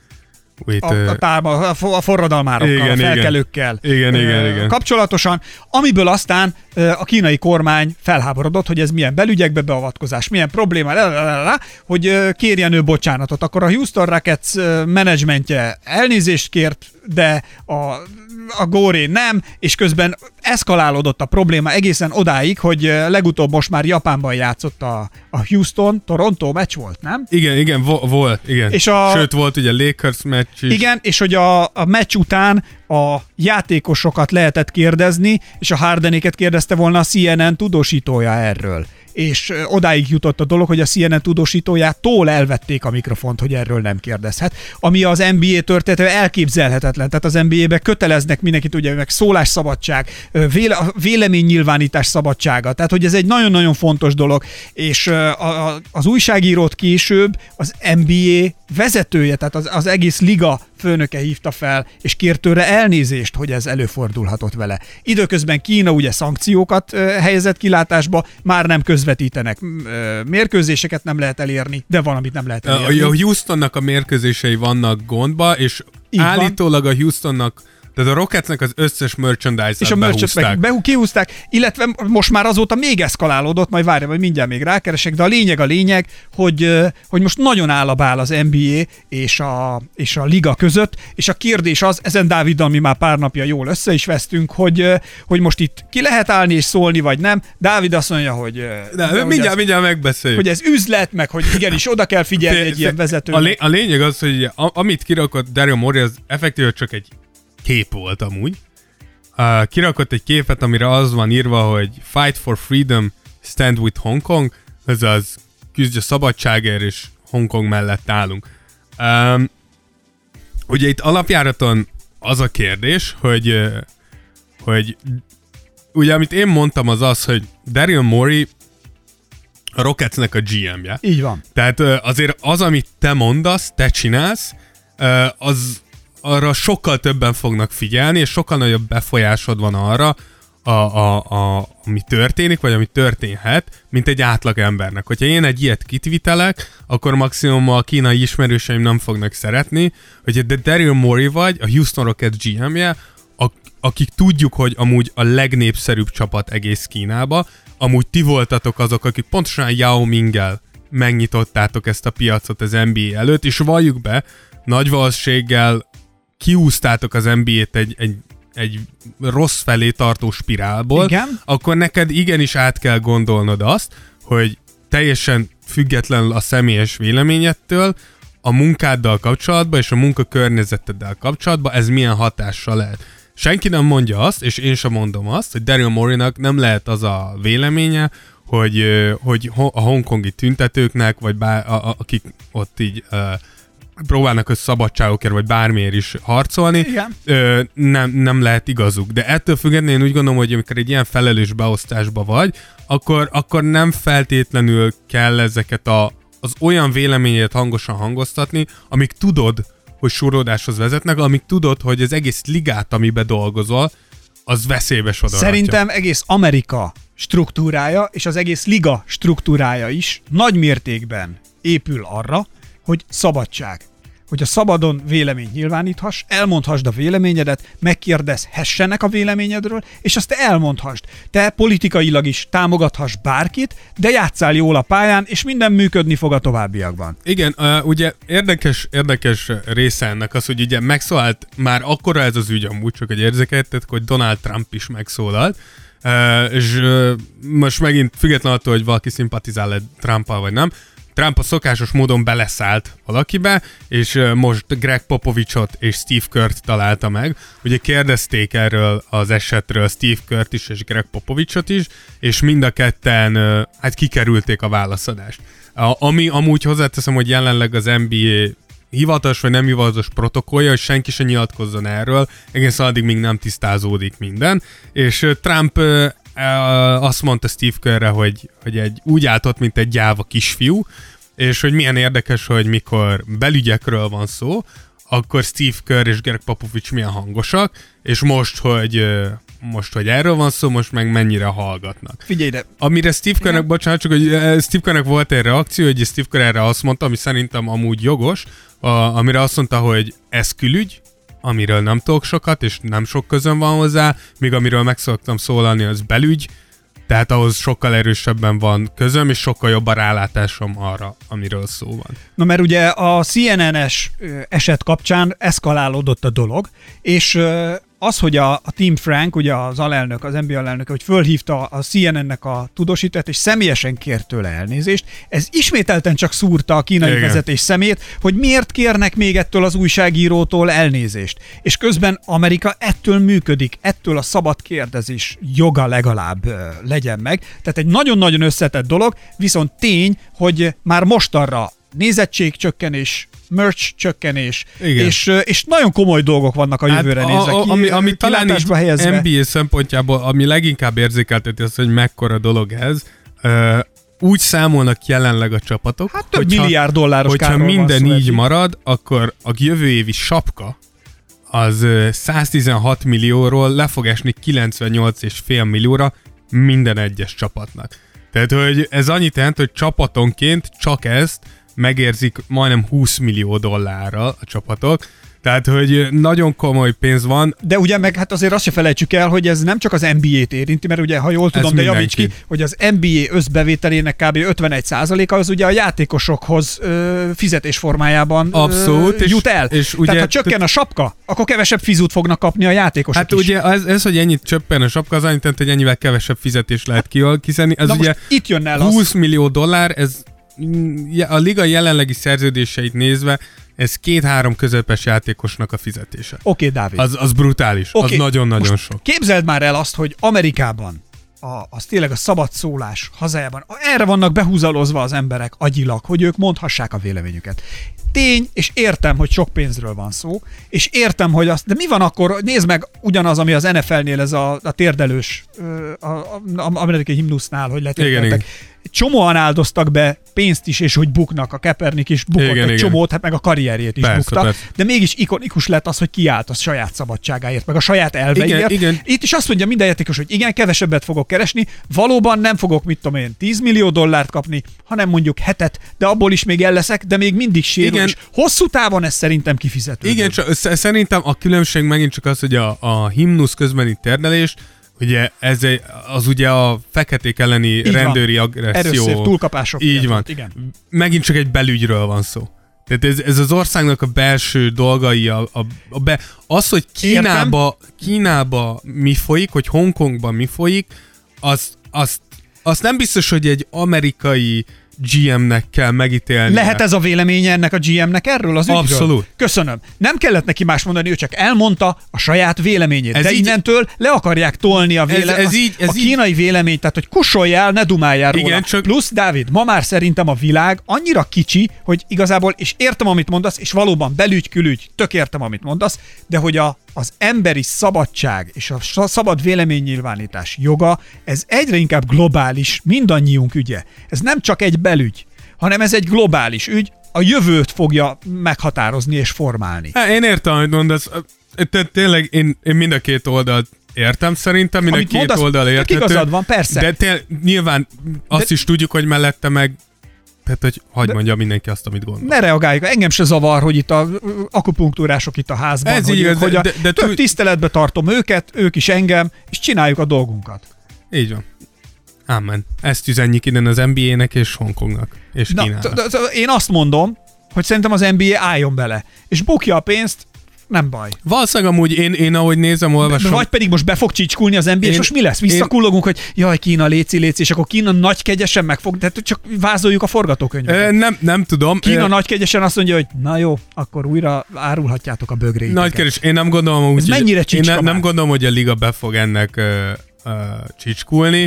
Speaker 1: a forradalmárokkal, a felkelőkkel
Speaker 2: igen.
Speaker 1: kapcsolatosan, amiből aztán a kínai kormány felháborodott, hogy ez milyen belügyekbe beavatkozás, milyen probléma, hogy kérjen ő bocsánatot. Akkor a Houston Rockets menedzsmentje elnézést kért, de a Goré nem, és közben eszkalálódott a probléma egészen odáig, hogy legutóbb most már Japánban játszott a Houston-Toronto meccs volt, nem?
Speaker 2: Igen, volt, igen. És sőt, volt ugye Lakers meccs is.
Speaker 1: Igen, és hogy a meccs után a játékosokat lehetett kérdezni, és a Hardenéket kérdezte volna a CNN tudósítója erről. És odáig jutott a dolog, hogy a CNN tudósítójától elvették a mikrofont, hogy erről nem kérdezhet. Ami az NBA történetében elképzelhetetlen. Tehát az NBA-be köteleznek mindenkit, ugye meg szólásszabadság, véleménynyilvánítás szabadsága. Tehát, hogy ez egy nagyon-nagyon fontos dolog. És az újságírót később az NBA vezetője, tehát az egész liga főnöke hívta fel, és kért tőle elnézést, hogy ez előfordulhatott vele. Időközben Kína ugye szankciókat helyezett kilátásba, már nem közvetítenek mérkőzéseket, nem lehet elérni, de valamit nem lehet elérni.
Speaker 2: A Houstonnak a mérkőzései vannak gondba, és így állítólag a Houstonnak, tehát a Rocketsnek az összes merchandise-et
Speaker 1: és a merchandise-et kihúzták, illetve most már azóta még eszkalálódott, majd várja, vagy mindjárt még rákeresek, de a lényeg, hogy most nagyon állabál az NBA és a liga között, és a kérdés az, ezen Dáviddal mi már pár napja jól össze is vesztünk, hogy most itt ki lehet állni és szólni, vagy nem. Dávid azt mondja, hogy
Speaker 2: mindjárt megbeszéljük.
Speaker 1: Hogy ez üzlet, meg hogy igenis oda kell figyelni egy ilyen vezetőnek.
Speaker 2: A lényeg az, hogy amit kirakott Daryl Morey, az effektíve csak egy kép volt amúgy. Kirakott egy képet, amire az van írva, hogy Fight for Freedom, Stand with Hong Kong, azaz küzdj a szabadságért, és Hongkong mellett állunk. Ugye itt alapjáraton az a kérdés, hogy ugye amit én mondtam az, hogy Daryl Morey a Rocketsnek a GM-je.
Speaker 1: Így van.
Speaker 2: Tehát azért az, amit te mondasz, te csinálsz, arra sokkal többen fognak figyelni, és sokkal nagyobb befolyásod van arra, ami történik, vagy ami történhet, mint egy átlag embernek. Hogyha én egy ilyet kitvitelek, akkor maximum a kínai ismerőseim nem fognak szeretni, hogy de Daryl Morey vagy, a Houston Rockets GM-je, akik tudjuk, hogy amúgy a legnépszerűbb csapat egész Kínába, amúgy ti voltatok azok, akik pontosan Yao Minggel megnyitottátok ezt a piacot az NBA előtt, és valljuk be, nagy valószínűséggel kiúztátok az NBA-t egy rossz felé tartó spirálból,
Speaker 1: igen.
Speaker 2: Akkor neked igenis át kell gondolnod azt, hogy teljesen függetlenül a személyes véleményettől a munkáddal kapcsolatban és a munkakörnyezeteddel kapcsolatban ez milyen hatással lehet. Senki nem mondja azt, és én sem mondom azt, hogy Daryl Moreynak nem lehet az a véleménye, hogy a hongkongi tüntetőknek, vagy akik ott így próbálnak a szabadságokért, vagy bármiért is harcolni, nem lehet igazuk. De ettől függetlenül én úgy gondolom, hogy amikor egy ilyen felelős beosztásba vagy, akkor nem feltétlenül kell ezeket az olyan véleményeket hangosan hangoztatni, amik tudod, hogy súrlódáshoz vezetnek, amik tudod, hogy az egész ligát, amiben dolgozol, az veszélybe sodorhatja.
Speaker 1: Szerintem egész Amerika struktúrája, és az egész liga struktúrája is nagy mértékben épül arra, hogy szabadság. Hogy a szabadon véleményt nyilváníthass, elmondhassd a véleményedet, megkérdezhessenek a véleményedről, és azt te elmondhassd. Te politikailag is támogathass bárkit, de játsszál jól a pályán, és minden működni fog a továbbiakban.
Speaker 2: Igen, ugye érdekes része ennek az, hogy ugye megszólalt már akkora ez az ügy amúgy, csak egy érzékeltettek, hogy Donald Trump is megszólalt, és most megint függetlenül attól, hogy valaki szimpatizál Trumpal vagy nem, Trump a szokásos módon beleszállt valakibe, és most Greg Popovichot és Steve Kerrt találta meg. Ugye kérdezték erről az esetről Steve Kerrt is és Greg Popovichot is, és mind a ketten hát kikerülték a válaszadást. Ami amúgy hozzáteszem, hogy jelenleg az NBA hivatalos vagy nem hivatalos protokollja, hogy senki se nyilatkozzon erről, egészen addig még nem tisztázódik minden, és Trump azt mondta Steve Kerrre, hogy úgy állt ott, mint egy gyáva kisfiú, és hogy milyen érdekes, hogy mikor belügyekről van szó, akkor Steve Kerr és Greg Popovich milyen hangosak, és most, hogy erről van szó, most meg mennyire hallgatnak.
Speaker 1: Figyelj ide!
Speaker 2: Amire Steve Kerrnek, bocsánat, csak hogy Steve Kerrnek volt egy reakció, hogy Steve Kerr erre azt mondta, ami szerintem amúgy jogos, amire azt mondta, hogy ez külügy, amiről nem tudok sokat, és nem sok közön van hozzá, míg amiről meg szoktam szólalni, az belügy, tehát ahhoz sokkal erősebben van közöm, és sokkal jobb a rálátásom arra, amiről szó van.
Speaker 1: Na mert ugye a CNN-es eset kapcsán eszkalálódott a dolog, és az, hogy a Tim Frank, ugye az alelnök, az NBA alelnök, hogy fölhívta a CNN-nek a tudósítót, és személyesen kért tőle elnézést, ez ismételten csak szúrta a kínai vezetés szemét, hogy miért kérnek még ettől az újságírótól elnézést. És közben Amerika ettől működik, ettől a szabad kérdezés joga legalább legyen meg. Tehát egy nagyon-nagyon összetett dolog, viszont tény, hogy már mostanra nézettségcsökkenés, merch csökkenés, és nagyon komoly dolgok vannak a jövőre nézve.
Speaker 2: Ami talán NBA szempontjából, ami leginkább érzékelteti az, hogy mekkora dolog ez, úgy számolnak jelenleg a csapatok,
Speaker 1: hát több milliárd dolláros kárról
Speaker 2: hogyha minden
Speaker 1: van szó,
Speaker 2: így marad, akkor a jövő évi sapka az 116 millióról le fog esni 98,5 millióra minden egyes csapatnak. Tehát, hogy ez annyit jelent, hogy csapatonként csak ezt megérzik majdnem 20 millió dollárra a csapatok, tehát, hogy nagyon komoly pénz van.
Speaker 1: De ugye meg hát azért azt se felejtsük el, hogy ez nem csak az NBA-t érinti, mert ugye, ha jól tudom, de javíts ki, hogy az NBA összbevételének kb. 51%-a az ugye a játékosokhoz fizetés formájában
Speaker 2: abszolút,
Speaker 1: jut el.
Speaker 2: És ugye,
Speaker 1: tehát ha csökken a sapka, akkor kevesebb fizut fognak kapni a játékosok
Speaker 2: hát
Speaker 1: is.
Speaker 2: ugye ez, hogy ennyit csöppen a sapka, az annyit jelent, hogy ennyivel kevesebb fizetést lehet kiszedni. Ez ugye
Speaker 1: itt jön el
Speaker 2: 20 millió dollár, ez a liga jelenlegi szerződéseit nézve, ez 2-3 közepes játékosnak a fizetése.
Speaker 1: Oké, Dávid.
Speaker 2: Az brutális, az nagyon-nagyon sok.
Speaker 1: Képzeld már el azt, hogy Amerikában az tényleg a szabad szólás hazájában. Erre vannak behúzalozva az emberek agyilag, hogy ők mondhassák a véleményüket. Tény, és értem, hogy sok pénzről van szó, és értem, hogy azt, de mi van akkor, nézd meg ugyanaz, ami az NFL-nél ez a térdelős, az amerikai himnusznál, hogy letérdeltek. Csomóan áldoztak be pénzt is, és hogy buknak, a Kaepernick is bukott egy csomót, hát meg a karrierjét is bukta, de mégis ikonikus lett az, hogy kiállt a saját szabadságáért, meg a saját elveiért.
Speaker 2: Igen.
Speaker 1: Itt is azt mondja minden játékos, hogy igen, kevesebbet fogok keresni, valóban nem fogok, mit tudom én, $10 millió kapni, hanem mondjuk 7, de abból is még elleszek, de még mindig sérül, és hosszú távon ez szerintem kifizető.
Speaker 2: Igen, csak szerintem a különbség megint csak az, hogy a himnusz közbeni térdelés, ugye az ugye a feketék elleni így rendőri agresszió.
Speaker 1: Erőször, túlkapások.
Speaker 2: Így van.
Speaker 1: Igen.
Speaker 2: Megint csak egy belügyről van szó. Tehát ez az országnak a belső dolgai, az, hogy Kínába mi folyik, hogy Hongkongban mi folyik, azt nem biztos, hogy egy amerikai GM-nek kell megítélni.
Speaker 1: Lehet ez a véleménye ennek a GM-nek erről az ügyről?
Speaker 2: Abszolút.
Speaker 1: Köszönöm. Nem kellett neki más mondani, ő csak elmondta a saját véleményét. De innentől le akarják tolni a kínai véleményt, tehát hogy kussoljál, ne dumáljál róla.
Speaker 2: Igen, csak...
Speaker 1: Plusz, Dávid, ma már szerintem a világ annyira kicsi, hogy igazából, és értem, amit mondasz, és valóban belügy, külügy, tök értem, amit mondasz, de hogy az emberi szabadság és a szabad véleménynyilvánítás joga, ez egyre inkább globális, mindannyiunk ügye. Ez nem csak egy belügy, hanem ez egy globális ügy, a jövőt fogja meghatározni és formálni.
Speaker 2: Én értem, amit mondasz. Tényleg én mind a két oldalt értem szerintem, mind a két oldal érthető.
Speaker 1: Igazad van, persze.
Speaker 2: De nyilván azt is tudjuk, hogy mellette meg tehát, hogy mondja mindenki azt, amit gondol.
Speaker 1: Ne reagáljuk, engem se zavar, hogy itt a akupunktúrások itt a házban,
Speaker 2: ez hogy, igaz, hogy
Speaker 1: tök tiszteletbe tartom őket, ők is engem, és csináljuk a dolgunkat.
Speaker 2: Így van. Ámen. Ezt üzenjük innen az NBA-nek és Hongkongnak, és Kínának.
Speaker 1: Én azt mondom, hogy szerintem az NBA álljon bele, és bukja a pénzt, nem baj.
Speaker 2: Valószínűleg amúgy én ahogy nézem, olvasom.
Speaker 1: Vagy pedig most be fog csicskulni az NBA, és most mi lesz? Visszakullogunk, hogy jaj, Kína, léci, és akkor Kína nagy kegyesen meg fog, tehát csak vázoljuk a forgatókönyveket.
Speaker 2: Nem tudom.
Speaker 1: Kína nagy kegyesen azt mondja, hogy na jó, akkor újra árulhatjátok a bögréiteket.
Speaker 2: Nagy kérdés, én nem gondolom, úgy,
Speaker 1: mennyire csicska
Speaker 2: nem gondolom, hogy a liga be fog ennek csicskulni.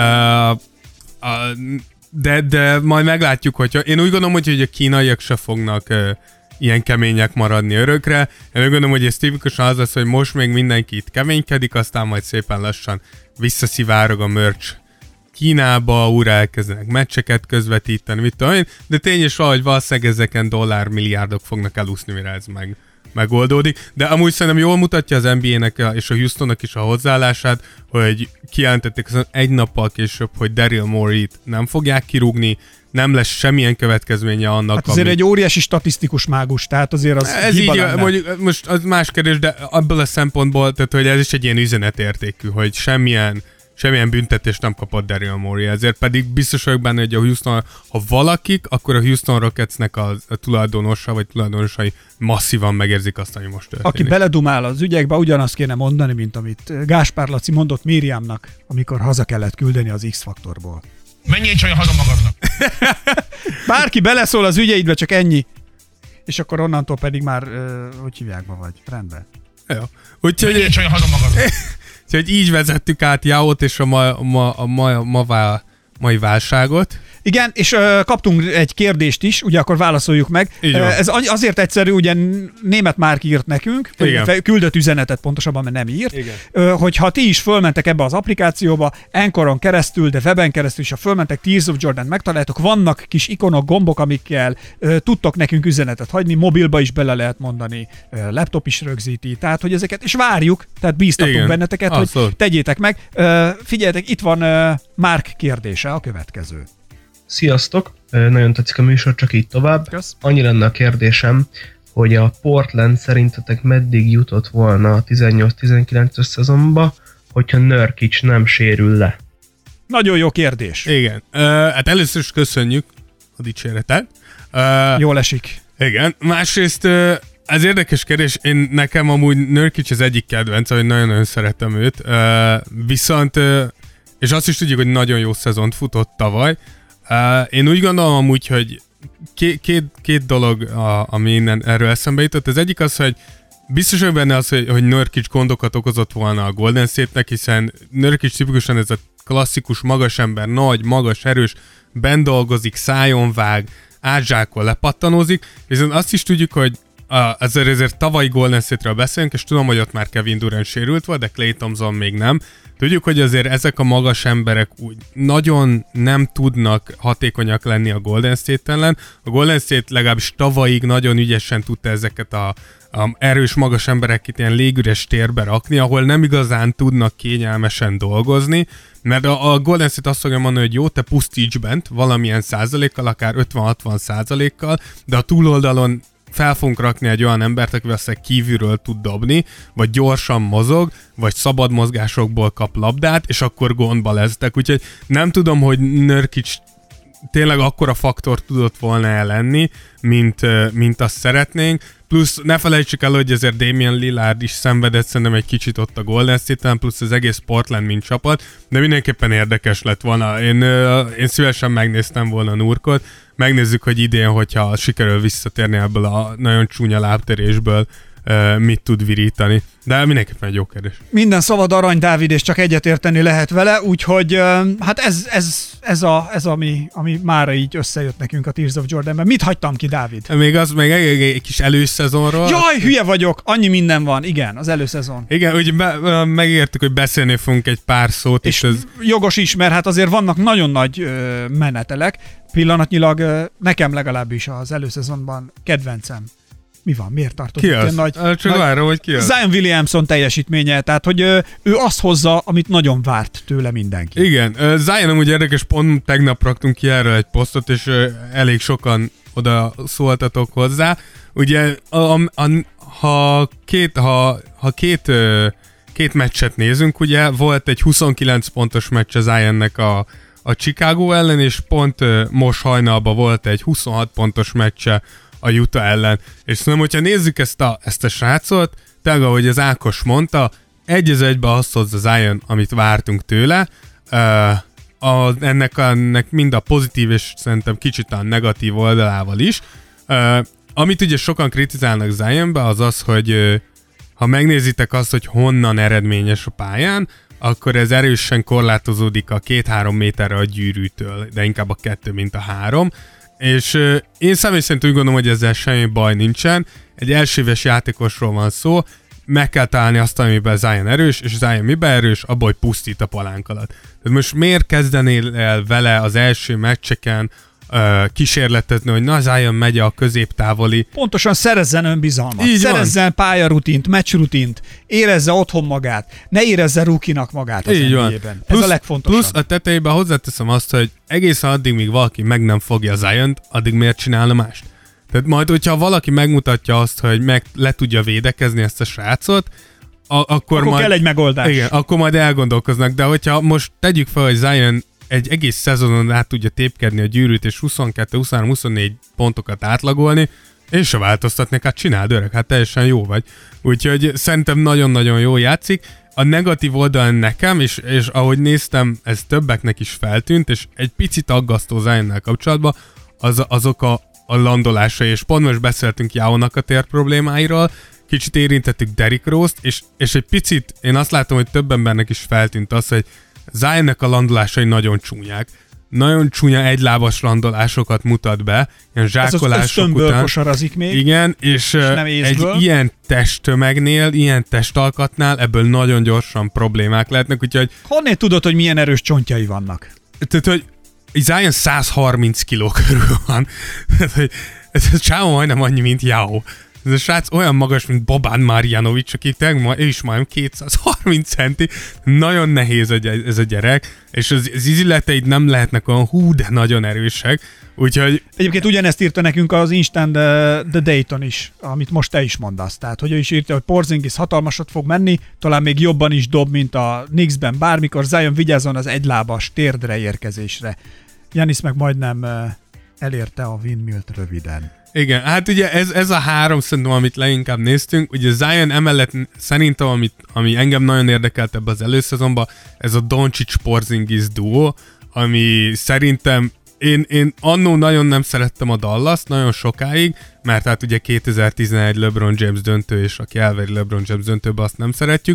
Speaker 2: De majd meglátjuk, hogyha... Én úgy gondolom, hogy a kínaiak se fognak ilyen kemények maradni örökre. Én úgy gondolom, hogy ez tipikusan az lesz, hogy most még mindenki itt keménykedik, aztán majd szépen lassan visszaszivárog a merch Kínába, újra elkezdenek meccseket közvetíteni, mit tudom én, de tény is valahogy valószínűleg ezeken dollármilliárdok fognak elúszni, mire ez megoldódik. De amúgy szerintem jól mutatja az NBA-nek és a Houstonnak is a hozzáállását, hogy kijelentették egy nappal később, hogy Daryl Morey-t nem fogják kirúgni, nem lesz semmilyen következménye annak,
Speaker 1: hát azért egy óriási statisztikus mágus, tehát azért az
Speaker 2: ez így, mondjuk, most az más kérdés, de abból a szempontból, tehát hogy ez is egy ilyen üzenetértékű, hogy semmilyen büntetést nem kapott Daryl Morey, ezért pedig biztos vagyok benne, hogy a Houston, ha valakik, akkor a Houston Rocketsnek a tulajdonosa vagy tulajdonosai masszívan megérzik azt, ami most történik.
Speaker 1: Aki beledumál az ügyekbe, ugyanazt kéne mondani, mint amit Gáspár Laci mondott Miriamnak, amikor haza kellett küldeni az X-faktorból.
Speaker 4: Menjél csak haza magadnak!
Speaker 1: Bárki beleszól az ügyeidbe, csak ennyi. És akkor onnantól pedig már, hogy hívják ma vagy? Rendben.
Speaker 2: Jó. Úgyhogy...
Speaker 4: Menjél csak haza magadnak!
Speaker 2: Úgyhogy így vezettük át Yaot és a mai válságot.
Speaker 1: Igen, és kaptunk egy kérdést is, ugye akkor válaszoljuk meg. Ez azért egyszerű, ugye német Márk írt nekünk, küldött üzenetet pontosabban, mert nem írt, hogyha ti is fölmentek ebbe az applikációba, Anchoron keresztül, de weben keresztül is, ha fölmentek, Tears of Jordan megtaláltok, vannak kis ikonok, gombok, amikkel tudtok nekünk üzenetet hagyni, mobilba is bele lehet mondani, laptop is rögzíti, tehát hogy ezeket, és várjuk, tehát bíztatunk benneteket, hogy tegyétek meg. Figyeljetek, itt van Márk kérdése, a következő.
Speaker 5: Sziasztok! Nagyon tetszik a műsor, csak így tovább.
Speaker 1: Kösz.
Speaker 5: Annyi lenne a kérdésem, hogy a Portland szerintetek meddig jutott volna a 18-19-ös szezonba, hogyha Nurkic nem sérül le?
Speaker 1: Nagyon jó kérdés.
Speaker 2: Igen. Hát először is köszönjük a dicséretet.
Speaker 1: Jól esik.
Speaker 2: Igen. Másrészt ez érdekes kérdés. Nekem amúgy Nurkic az egyik kedvenc, hogy nagyon-nagyon szeretem őt. Viszont, és azt is tudjuk, hogy nagyon jó szezont futott tavaly. Én úgy gondolom amúgy, hogy két dolog, ami innen erről eszembe jutott. Az egyik az, hogy biztos vagyok benne az, hogy Nurkic gondokat okozott volna a Golden State-nek, hiszen Nurkic tipikusan ez a klasszikus magas ember, nagy, magas, erős, benn dolgozik, szájon vág, átzsákol, lepattanózik, viszont azt is tudjuk, hogy ezért tavalyi Golden State-ről beszélünk, és tudom, hogy ott már Kevin Durant sérült volt, de Klay Thompson még nem. Tudjuk, hogy azért ezek a magas emberek úgy nagyon nem tudnak hatékonyak lenni a Golden State ellen. A Golden State legalábbis tavalyig nagyon ügyesen tudta ezeket a erős magas embereket ilyen légüres térbe rakni, ahol nem igazán tudnak kényelmesen dolgozni, mert a Golden State azt fogja mondani, hogy jó, te pusztíts bent valamilyen százalékkal, akár 50-60 százalékkal, de a túloldalon fel fogunk rakni egy olyan embert, aki valószínűleg kívülről tud dobni, vagy gyorsan mozog, vagy szabad mozgásokból kap labdát, és akkor gondba lesztek. Úgyhogy nem tudom, hogy Nurkic tényleg akkora faktor tudott volna lenni, mint azt szeretnénk. Plusz ne felejtsük el, hogy ezért Damian Lillard is szenvedett szerintem egy kicsit ott a Golden State-en, plusz az egész Portland mint csapat, de mindenképpen érdekes lett volna. Én szívesen megnéztem volna Nurkot. Megnézzük, hogy idén, hogyha sikerül visszatérni ebből a nagyon csúnya lábtérésből, mit tud virítani. De mindenképpen egy jó kérdés.
Speaker 1: Minden szavad arany, Dávid, és csak egyetérteni lehet vele, úgyhogy hát ez ami mára így összejött nekünk a Tears of Jordanben. Mit hagytam ki, Dávid?
Speaker 2: Még egy kis előszezonról.
Speaker 1: Jaj, hülye vagyok! Annyi minden van, igen, az előszezon.
Speaker 2: Igen, úgy megértük, hogy beszélni fogunk egy pár szót.
Speaker 1: És jogos is, mert hát azért vannak nagyon nagy menetelek. Pillanatnyilag nekem legalábbis az előszezonban kedvencem. Mi van? Miért tartott?
Speaker 2: Ki az? Csak várom, hogy ki az?
Speaker 1: Zion Williamson teljesítménye, tehát hogy ő azt hozza, amit nagyon várt tőle mindenki.
Speaker 2: Igen, Zion amúgy érdekes, pont tegnap raktunk ki erről egy posztot, és elég sokan oda szóltatok hozzá. Ugye, ha két meccset nézünk, ugye volt egy 29 pontos meccs az Zionnek a Chicago ellen, és pont most hajnalban volt egy 26 pontos meccse a Utah ellen. És szerintem, hogyha nézzük ezt a srácot, tényleg, ahogy az Ákos mondta, egy az egybe azt hozza Zion, amit vártunk tőle. Ennek mind a pozitív és szerintem kicsit a negatív oldalával is. Amit ugye sokan kritizálnak Zionbe, az az, hogy ha megnézitek azt, hogy honnan eredményes a pályán, akkor ez erősen korlátozódik a 2-3 méterre a gyűrűtől, de inkább a 2, mint a 3. És én személy szerint úgy gondolom, hogy ezzel semmi baj nincsen. Egy elsőéves játékosról van szó, meg kell találni azt, amiben Zion erős, és Zion miben erős, abban, hogy pusztít a palánk alatt. Tehát most miért kezdenél el vele az első meccseken kísérletezni, hogy na, Zion megy a középtávoli.
Speaker 1: Pontosan szerezzen önbizalmat,
Speaker 2: így
Speaker 1: szerezzen pályarutint, meccsrutint, érezze otthon magát, ne érezze rúkinak magát az NBA-ben. Ez a legfontosabb.
Speaker 2: Plusz a tetejében hozzáteszem azt, hogy egészen addig, míg valaki meg nem fogja Ziont, addig miért csinálna mást? Tehát majd, hogyha valaki megmutatja azt, hogy le tudja védekezni ezt a srácot, akkor majd
Speaker 1: kell egy megoldás.
Speaker 2: Igen, akkor majd elgondolkoznak, de hogyha most tegyük fel, hogy Zion egy egész szezonon át tudja tépkedni a gyűrűt, és 22, 23, 24 pontokat átlagolni, és se változtatni, hát csináld öreg, hát teljesen jó vagy. Úgyhogy szerintem nagyon-nagyon jól játszik. A negatív oldalon nekem, és ahogy néztem, ez többeknek is feltűnt, és egy picit aggasztó Zionnál kapcsolatban, azok a landolásai, és pont most beszéltünk Yao-nak a tér problémáiról, kicsit érintettük Derrick Rose-t, és egy picit én azt látom, hogy több embernek is feltűnt az, hogy Zionnek a landolásai nagyon csúnyák. Nagyon csúnya egylábas landolásokat mutat be, ilyen zsákolások után.
Speaker 1: Kosarazik még.
Speaker 2: Igen, és egy ilyen testtömegnél, ilyen testalkatnál ebből nagyon gyorsan problémák lehetnek, úgyhogy...
Speaker 1: Honnét tudod, hogy milyen erős csontjai vannak?
Speaker 2: Tehát, hogy Zion 130 kiló körül van. Tehát, hogy ez a csávó majdnem annyi, mint Yao. Ez a srác olyan magas, mint Boban Marjanovic, aki ő is majdnem 230 centi. Nagyon nehéz ez a gyerek, és az izületeid nem lehetnek olyan de nagyon erősek. Úgyhogy... Egyébként
Speaker 1: ugyanezt írta nekünk az Instant The Dayton is, amit most te is mondasz. Tehát, hogy ő is írta, hogy Porzingis hatalmasat fog menni, talán még jobban is dob, mint a Knicksben bármikor. Zion vigyázzon az egylábas térdre érkezésre. Giannis meg majdnem elérte a windmillt röviden.
Speaker 2: Igen, hát ugye ez a három szerintem, amit leginkább néztünk. Ugye Zion emellett szerintem, ami engem nagyon érdekelt ebbe az előszezonban, ez a Doncic-Porzingis duó, ami szerintem én annó nagyon nem szerettem a Dallas nagyon sokáig, mert hát ugye 2011 LeBron James döntő, és aki elveri LeBron James döntőbe, azt nem szeretjük,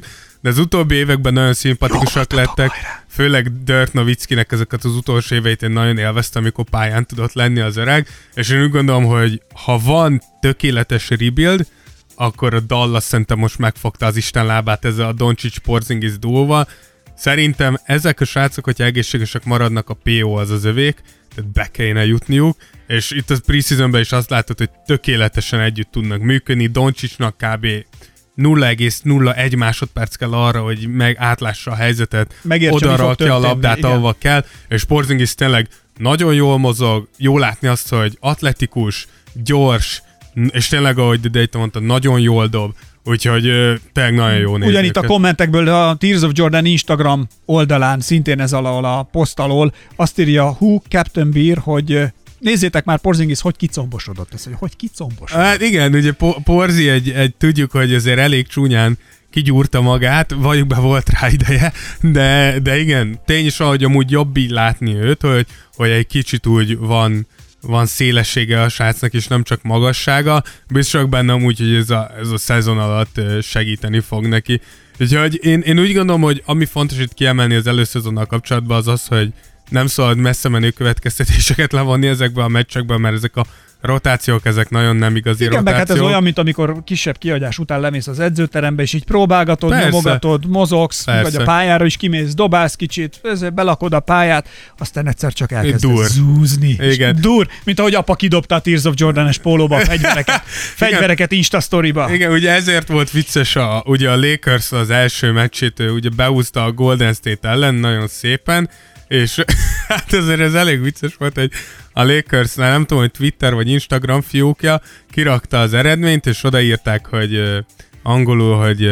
Speaker 2: de az utóbbi években nagyon szimpatikusak lettek, főleg Dirk Nowitzkinek ezeket az utolsó éveit én nagyon élveztem, amikor pályán tudott lenni az öreg, és én úgy gondolom, hogy ha van tökéletes rebuild, akkor a Dallas szerintem most megfogta az Isten lábát ezzel a Doncic-Porzingis duóval. Szerintem ezek a srácok, hogyha egészségesek maradnak, a PO az az övék, tehát be kellene jutniuk, és itt a preseasonben is azt látod, hogy tökéletesen együtt tudnak működni. Doncicnak kb. 0,01 másodperc kell arra, hogy átlássa a helyzetet, oda rakja a labdát, ahova kell, és Porzingis tényleg nagyon jól mozog, jó látni azt, hogy atletikus, gyors, és tényleg, ahogy Dayton mondta, nagyon jól dob, úgyhogy tényleg nagyon jó nézni.
Speaker 1: Ugyanitt a kommentekből a Tears of Jordan Instagram oldalán, szintén ez alól a poszt alól, azt írja Who Captain Beer, hogy nézzétek már Porzingis, hogy kicombosodott. Ez, hogy kicombosodott.
Speaker 2: Hát igen, ugye Porzi tudjuk, hogy azért elég csúnyán kigyúrta magát, valljuk be, volt rá ideje, de igen, tény is, ahogy amúgy jobb így látni őt, hogy egy kicsit úgy van szélessége a srácnak, és nem csak magassága. Biztosak benne amúgy, hogy ez a szezon alatt segíteni fog neki. Úgyhogy én úgy gondolom, hogy ami fontos itt kiemelni az előszezonnal kapcsolatban az, hogy nem szabad messze menő következtetéseket levonni ezekből a meccsekből, mert ezek a rotációk, ezek nagyon nem igazi rotációk.
Speaker 1: Igen, hát ez olyan, mint amikor kisebb kiadás után lemész az edzőterembe, és így próbálgatod, persze, nyomogatod, mozogsz, persze, vagy a pályára is kimész, dobálsz kicsit, belakod a pályát, aztán egyszer csak elkezdesz zúzni.
Speaker 2: Igen.
Speaker 1: Dur, mint ahogy apa kidobta a Tears of Jordan-es pólóba a fegyvereket Insta-sztoriba.
Speaker 2: Igen, ugye ezért volt vicces ugye a Lakers az első meccsét, ugye beúzta a Golden State ellen nagyon szépen, és hát ezért ez elég vicces volt, hogy a Lakersnál, nem tudom, hogy Twitter vagy Instagram fiókja kirakta az eredményt, és odaírták, hogy angolul, hogy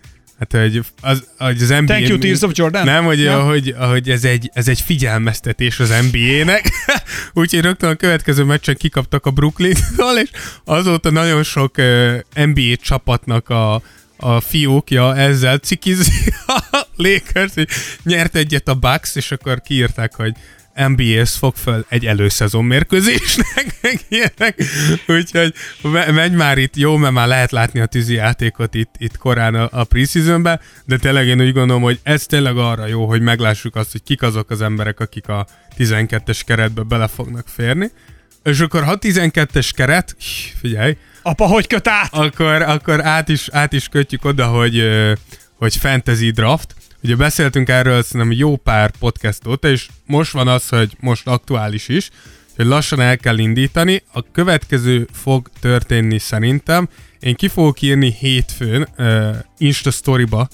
Speaker 2: az NBA...
Speaker 1: Thank you, Tears of Jordan?
Speaker 2: Nem, hogy ez egy figyelmeztetés az NBA-nek. Úgyhogy rögtön a következő meccsen kikaptak a Brooklyn-tól, és azóta nagyon sok NBA csapatnak a fiókja ezzel cikizi a Lakers, hogy nyert egyet a Bucks, és akkor kiírták, hogy NBA-hez fog föl egy előszezon mérkőzésnek, meg ilyenek. Úgyhogy megy már itt, jó, mert már lehet látni a tűzi játékot itt korán a preseasonben, de tényleg én úgy gondolom, hogy ez tényleg arra jó, hogy meglássuk azt, hogy kik azok az emberek, akik a 12-es keretbe bele fognak férni. És akkor ha 12-es keret, figyelj,
Speaker 1: apa, hogy köt át?
Speaker 2: Akkor át is kötjük oda, hogy fantasy draft. Ugye beszéltünk erről szerintem jó pár podcast óta, és most van az, hogy most aktuális is, hogy lassan el kell indítani. A következő fog történni szerintem. Én ki fogok írni hétfőn Insta Storyba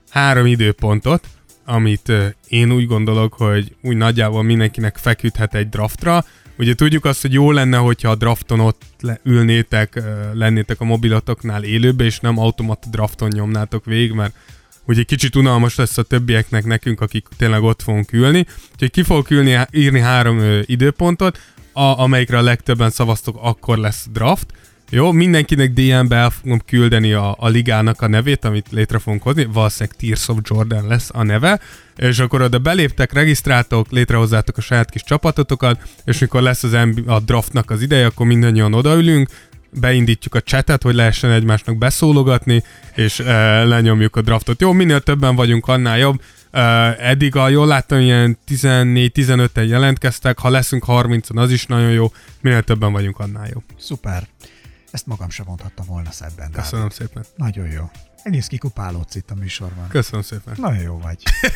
Speaker 2: 3 időpontot, amit én úgy gondolok, hogy úgy nagyjából mindenkinek feküdhet egy draftra. Ugye tudjuk azt, hogy jó lenne, hogyha a drafton ott ülnétek, lennétek a mobilotoknál élőbe, és nem automata drafton nyomnátok végig, mert ugye kicsit unalmas lesz a többieknek, nekünk, akik tényleg ott fogunk ülni. Úgyhogy ki fogok írni 3 időpontot, amelyikre a legtöbben szavaztok, akkor lesz draft. Jó, mindenkinek DM-be el fogom küldeni a ligának a nevét, amit létre fogunk hozni, valószínűleg Tears of Jordan lesz a neve, és akkor oda beléptek, regisztráltok, létrehozzátok a saját kis csapatotokat, és mikor lesz a draftnak az ideje, akkor mindannyian odaülünk, beindítjuk a chatet, hogy lehessen egymásnak beszólogatni, és lenyomjuk a draftot. Jó, minél többen vagyunk, annál jobb. Eddig, jól láttam, ilyen 14-15-en jelentkeztek, ha leszünk 30-on, az is nagyon jó. Minél többen vagyunk, annál jobb.
Speaker 1: Szuper. Ezt magam sem mondhattam volna szebben.
Speaker 2: Köszönöm szépen.
Speaker 1: Nagyon jó. Egész kikupálódsz itt a műsorban.
Speaker 2: Köszönöm szépen.
Speaker 1: Nagyon jó vagy.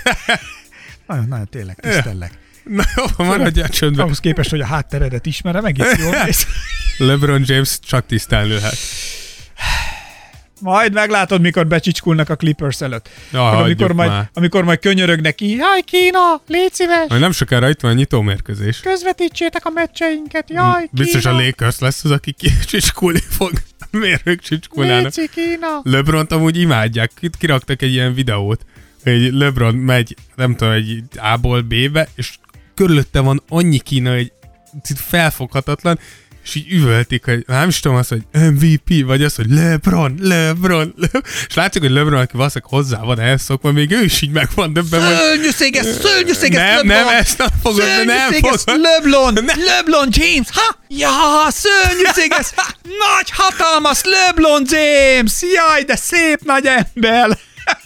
Speaker 1: nagyon tényleg, tisztellek.
Speaker 2: Na jó, maradjál csöndben.
Speaker 1: Ahhoz képest, hogy a hátteredet ismerem, egész jól néz.
Speaker 2: LeBron James csak tisztán lőhet.
Speaker 1: Majd meglátod, mikor becsicskulnak a Clippers előtt.
Speaker 2: Ja,
Speaker 1: amikor majd könyörögnek ki, jaj, Kína, légy szíves!
Speaker 2: Majd nem sokára itt van a nyitómérkőzés.
Speaker 1: Közvetítsétek a meccseinket, jaj, Kína!
Speaker 2: Biztos a Lakers lesz az, aki csicskulni fog. Miért ők csicskulnának?
Speaker 1: Léci, Kína!
Speaker 2: LeBront amúgy imádják. Itt kiraktak egy ilyen videót, hogy LeBron megy, nem tudom, egy A-ból B-be, és körülötte van annyi Kína, hogy felfoghatatlan, és így üvöltik, hogy nem is tudom azt, hogy MVP, vagy az, hogy LeBron. És látszik, hogy LeBron, aki valószínűleg hozzá van elszokva, még ő is így megvan döbben.
Speaker 1: Szörnyűséges, LeBron!
Speaker 2: Nem, ezt nem fogod, nem fogod.
Speaker 1: LeBron James, ha? Ja, szörnyűséges, nagy, hatalmas LeBron James! Jaj, de szép nagy ember!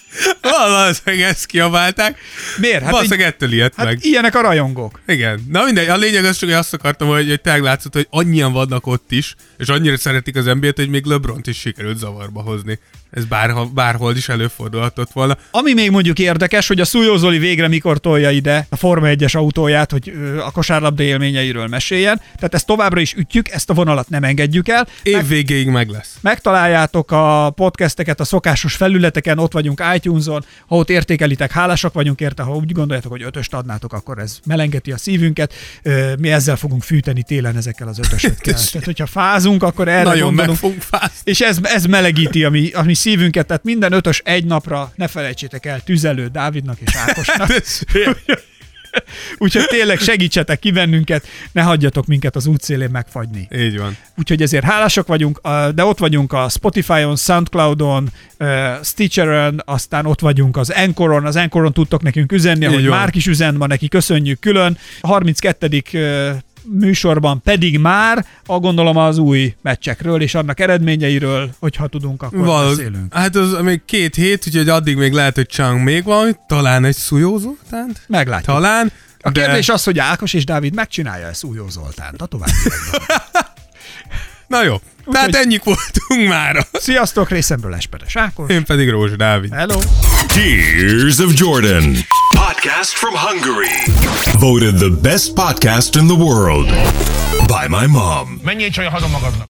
Speaker 2: Valószínűleg ezt kiabálták.
Speaker 1: Miért? Hát
Speaker 2: Valószínűleg ettől ilyet
Speaker 1: Hát
Speaker 2: meg.
Speaker 1: ilyenek a rajongók.
Speaker 2: Igen. Na mindegy, a lényeg az csak, hogy azt akartam, hogy tényleg látszott, hogy annyian vannak ott is, és annyira szeretik az NBA-t, hogy még LeBront is sikerült zavarba hozni. Ez bárhol is előfordulhatott volna.
Speaker 1: Ami még mondjuk érdekes, hogy a Szújó Zoli végre mikor tolja ide a Forma 1-es autóját, hogy a kosárlabda élményeiről meséljen. Tehát ezt továbbra is ütjük, ezt a vonalat nem engedjük el.
Speaker 2: Év végéig meg lesz.
Speaker 1: Megtaláljátok a podcasteket a szokásos felületeken, ott vagyunk iTunes-on, ha ott értékelitek, hálásak vagyunk érte, ha úgy gondoljátok, hogy 5-öst adnátok, akkor ez melengeti a szívünket. Mi ezzel fogunk fűteni télen ezekkel az 5-ösökkel. Tehát, hogyha fázunk, akkor erre
Speaker 2: Nagyon
Speaker 1: gondolunk.
Speaker 2: meg fogunk fázni.
Speaker 1: És ez melegíti a mi szívünket, tehát minden 5-ös egy napra ne felejtsétek el Tüzelő Dávidnak és Ákosnak. Úgyhogy tényleg segítsetek ki bennünket, ne hagyjatok minket az útszélén megfagyni.
Speaker 2: Így van.
Speaker 1: Úgyhogy ezért hálásak vagyunk, de ott vagyunk a Spotify-on, Soundcloud-on, Stitcher-on, aztán ott vagyunk az Anchoron. Az Anchoron tudtok nekünk üzenni, ahogy Márk is üzen, ma neki köszönjük külön. A 32. műsorban pedig már, gondolom az új meccsekről és annak eredményeiről, hogyha tudunk, akkor beszélünk.
Speaker 2: Hát az még 2 hét, úgyhogy addig még lehet, hogy csinálunk még valamit, talán egy Szújó Zoltánt.
Speaker 1: Meglátjuk.
Speaker 2: Talán.
Speaker 1: A kérdés az, hogy Ákos és Dávid megcsinálja ezt Szújó Zoltánt a továbbiakban.
Speaker 2: Na jó, tehát ennyik voltunk mára.
Speaker 1: Sziasztok, részemről Esperes Ákos.
Speaker 2: Én pedig Rózsa Dávid.
Speaker 1: Hello.
Speaker 3: Tears of Jordan. Podcast from Hungary. Voted the best podcast in the world by my mom.
Speaker 4: Menjél csak haza magadnak.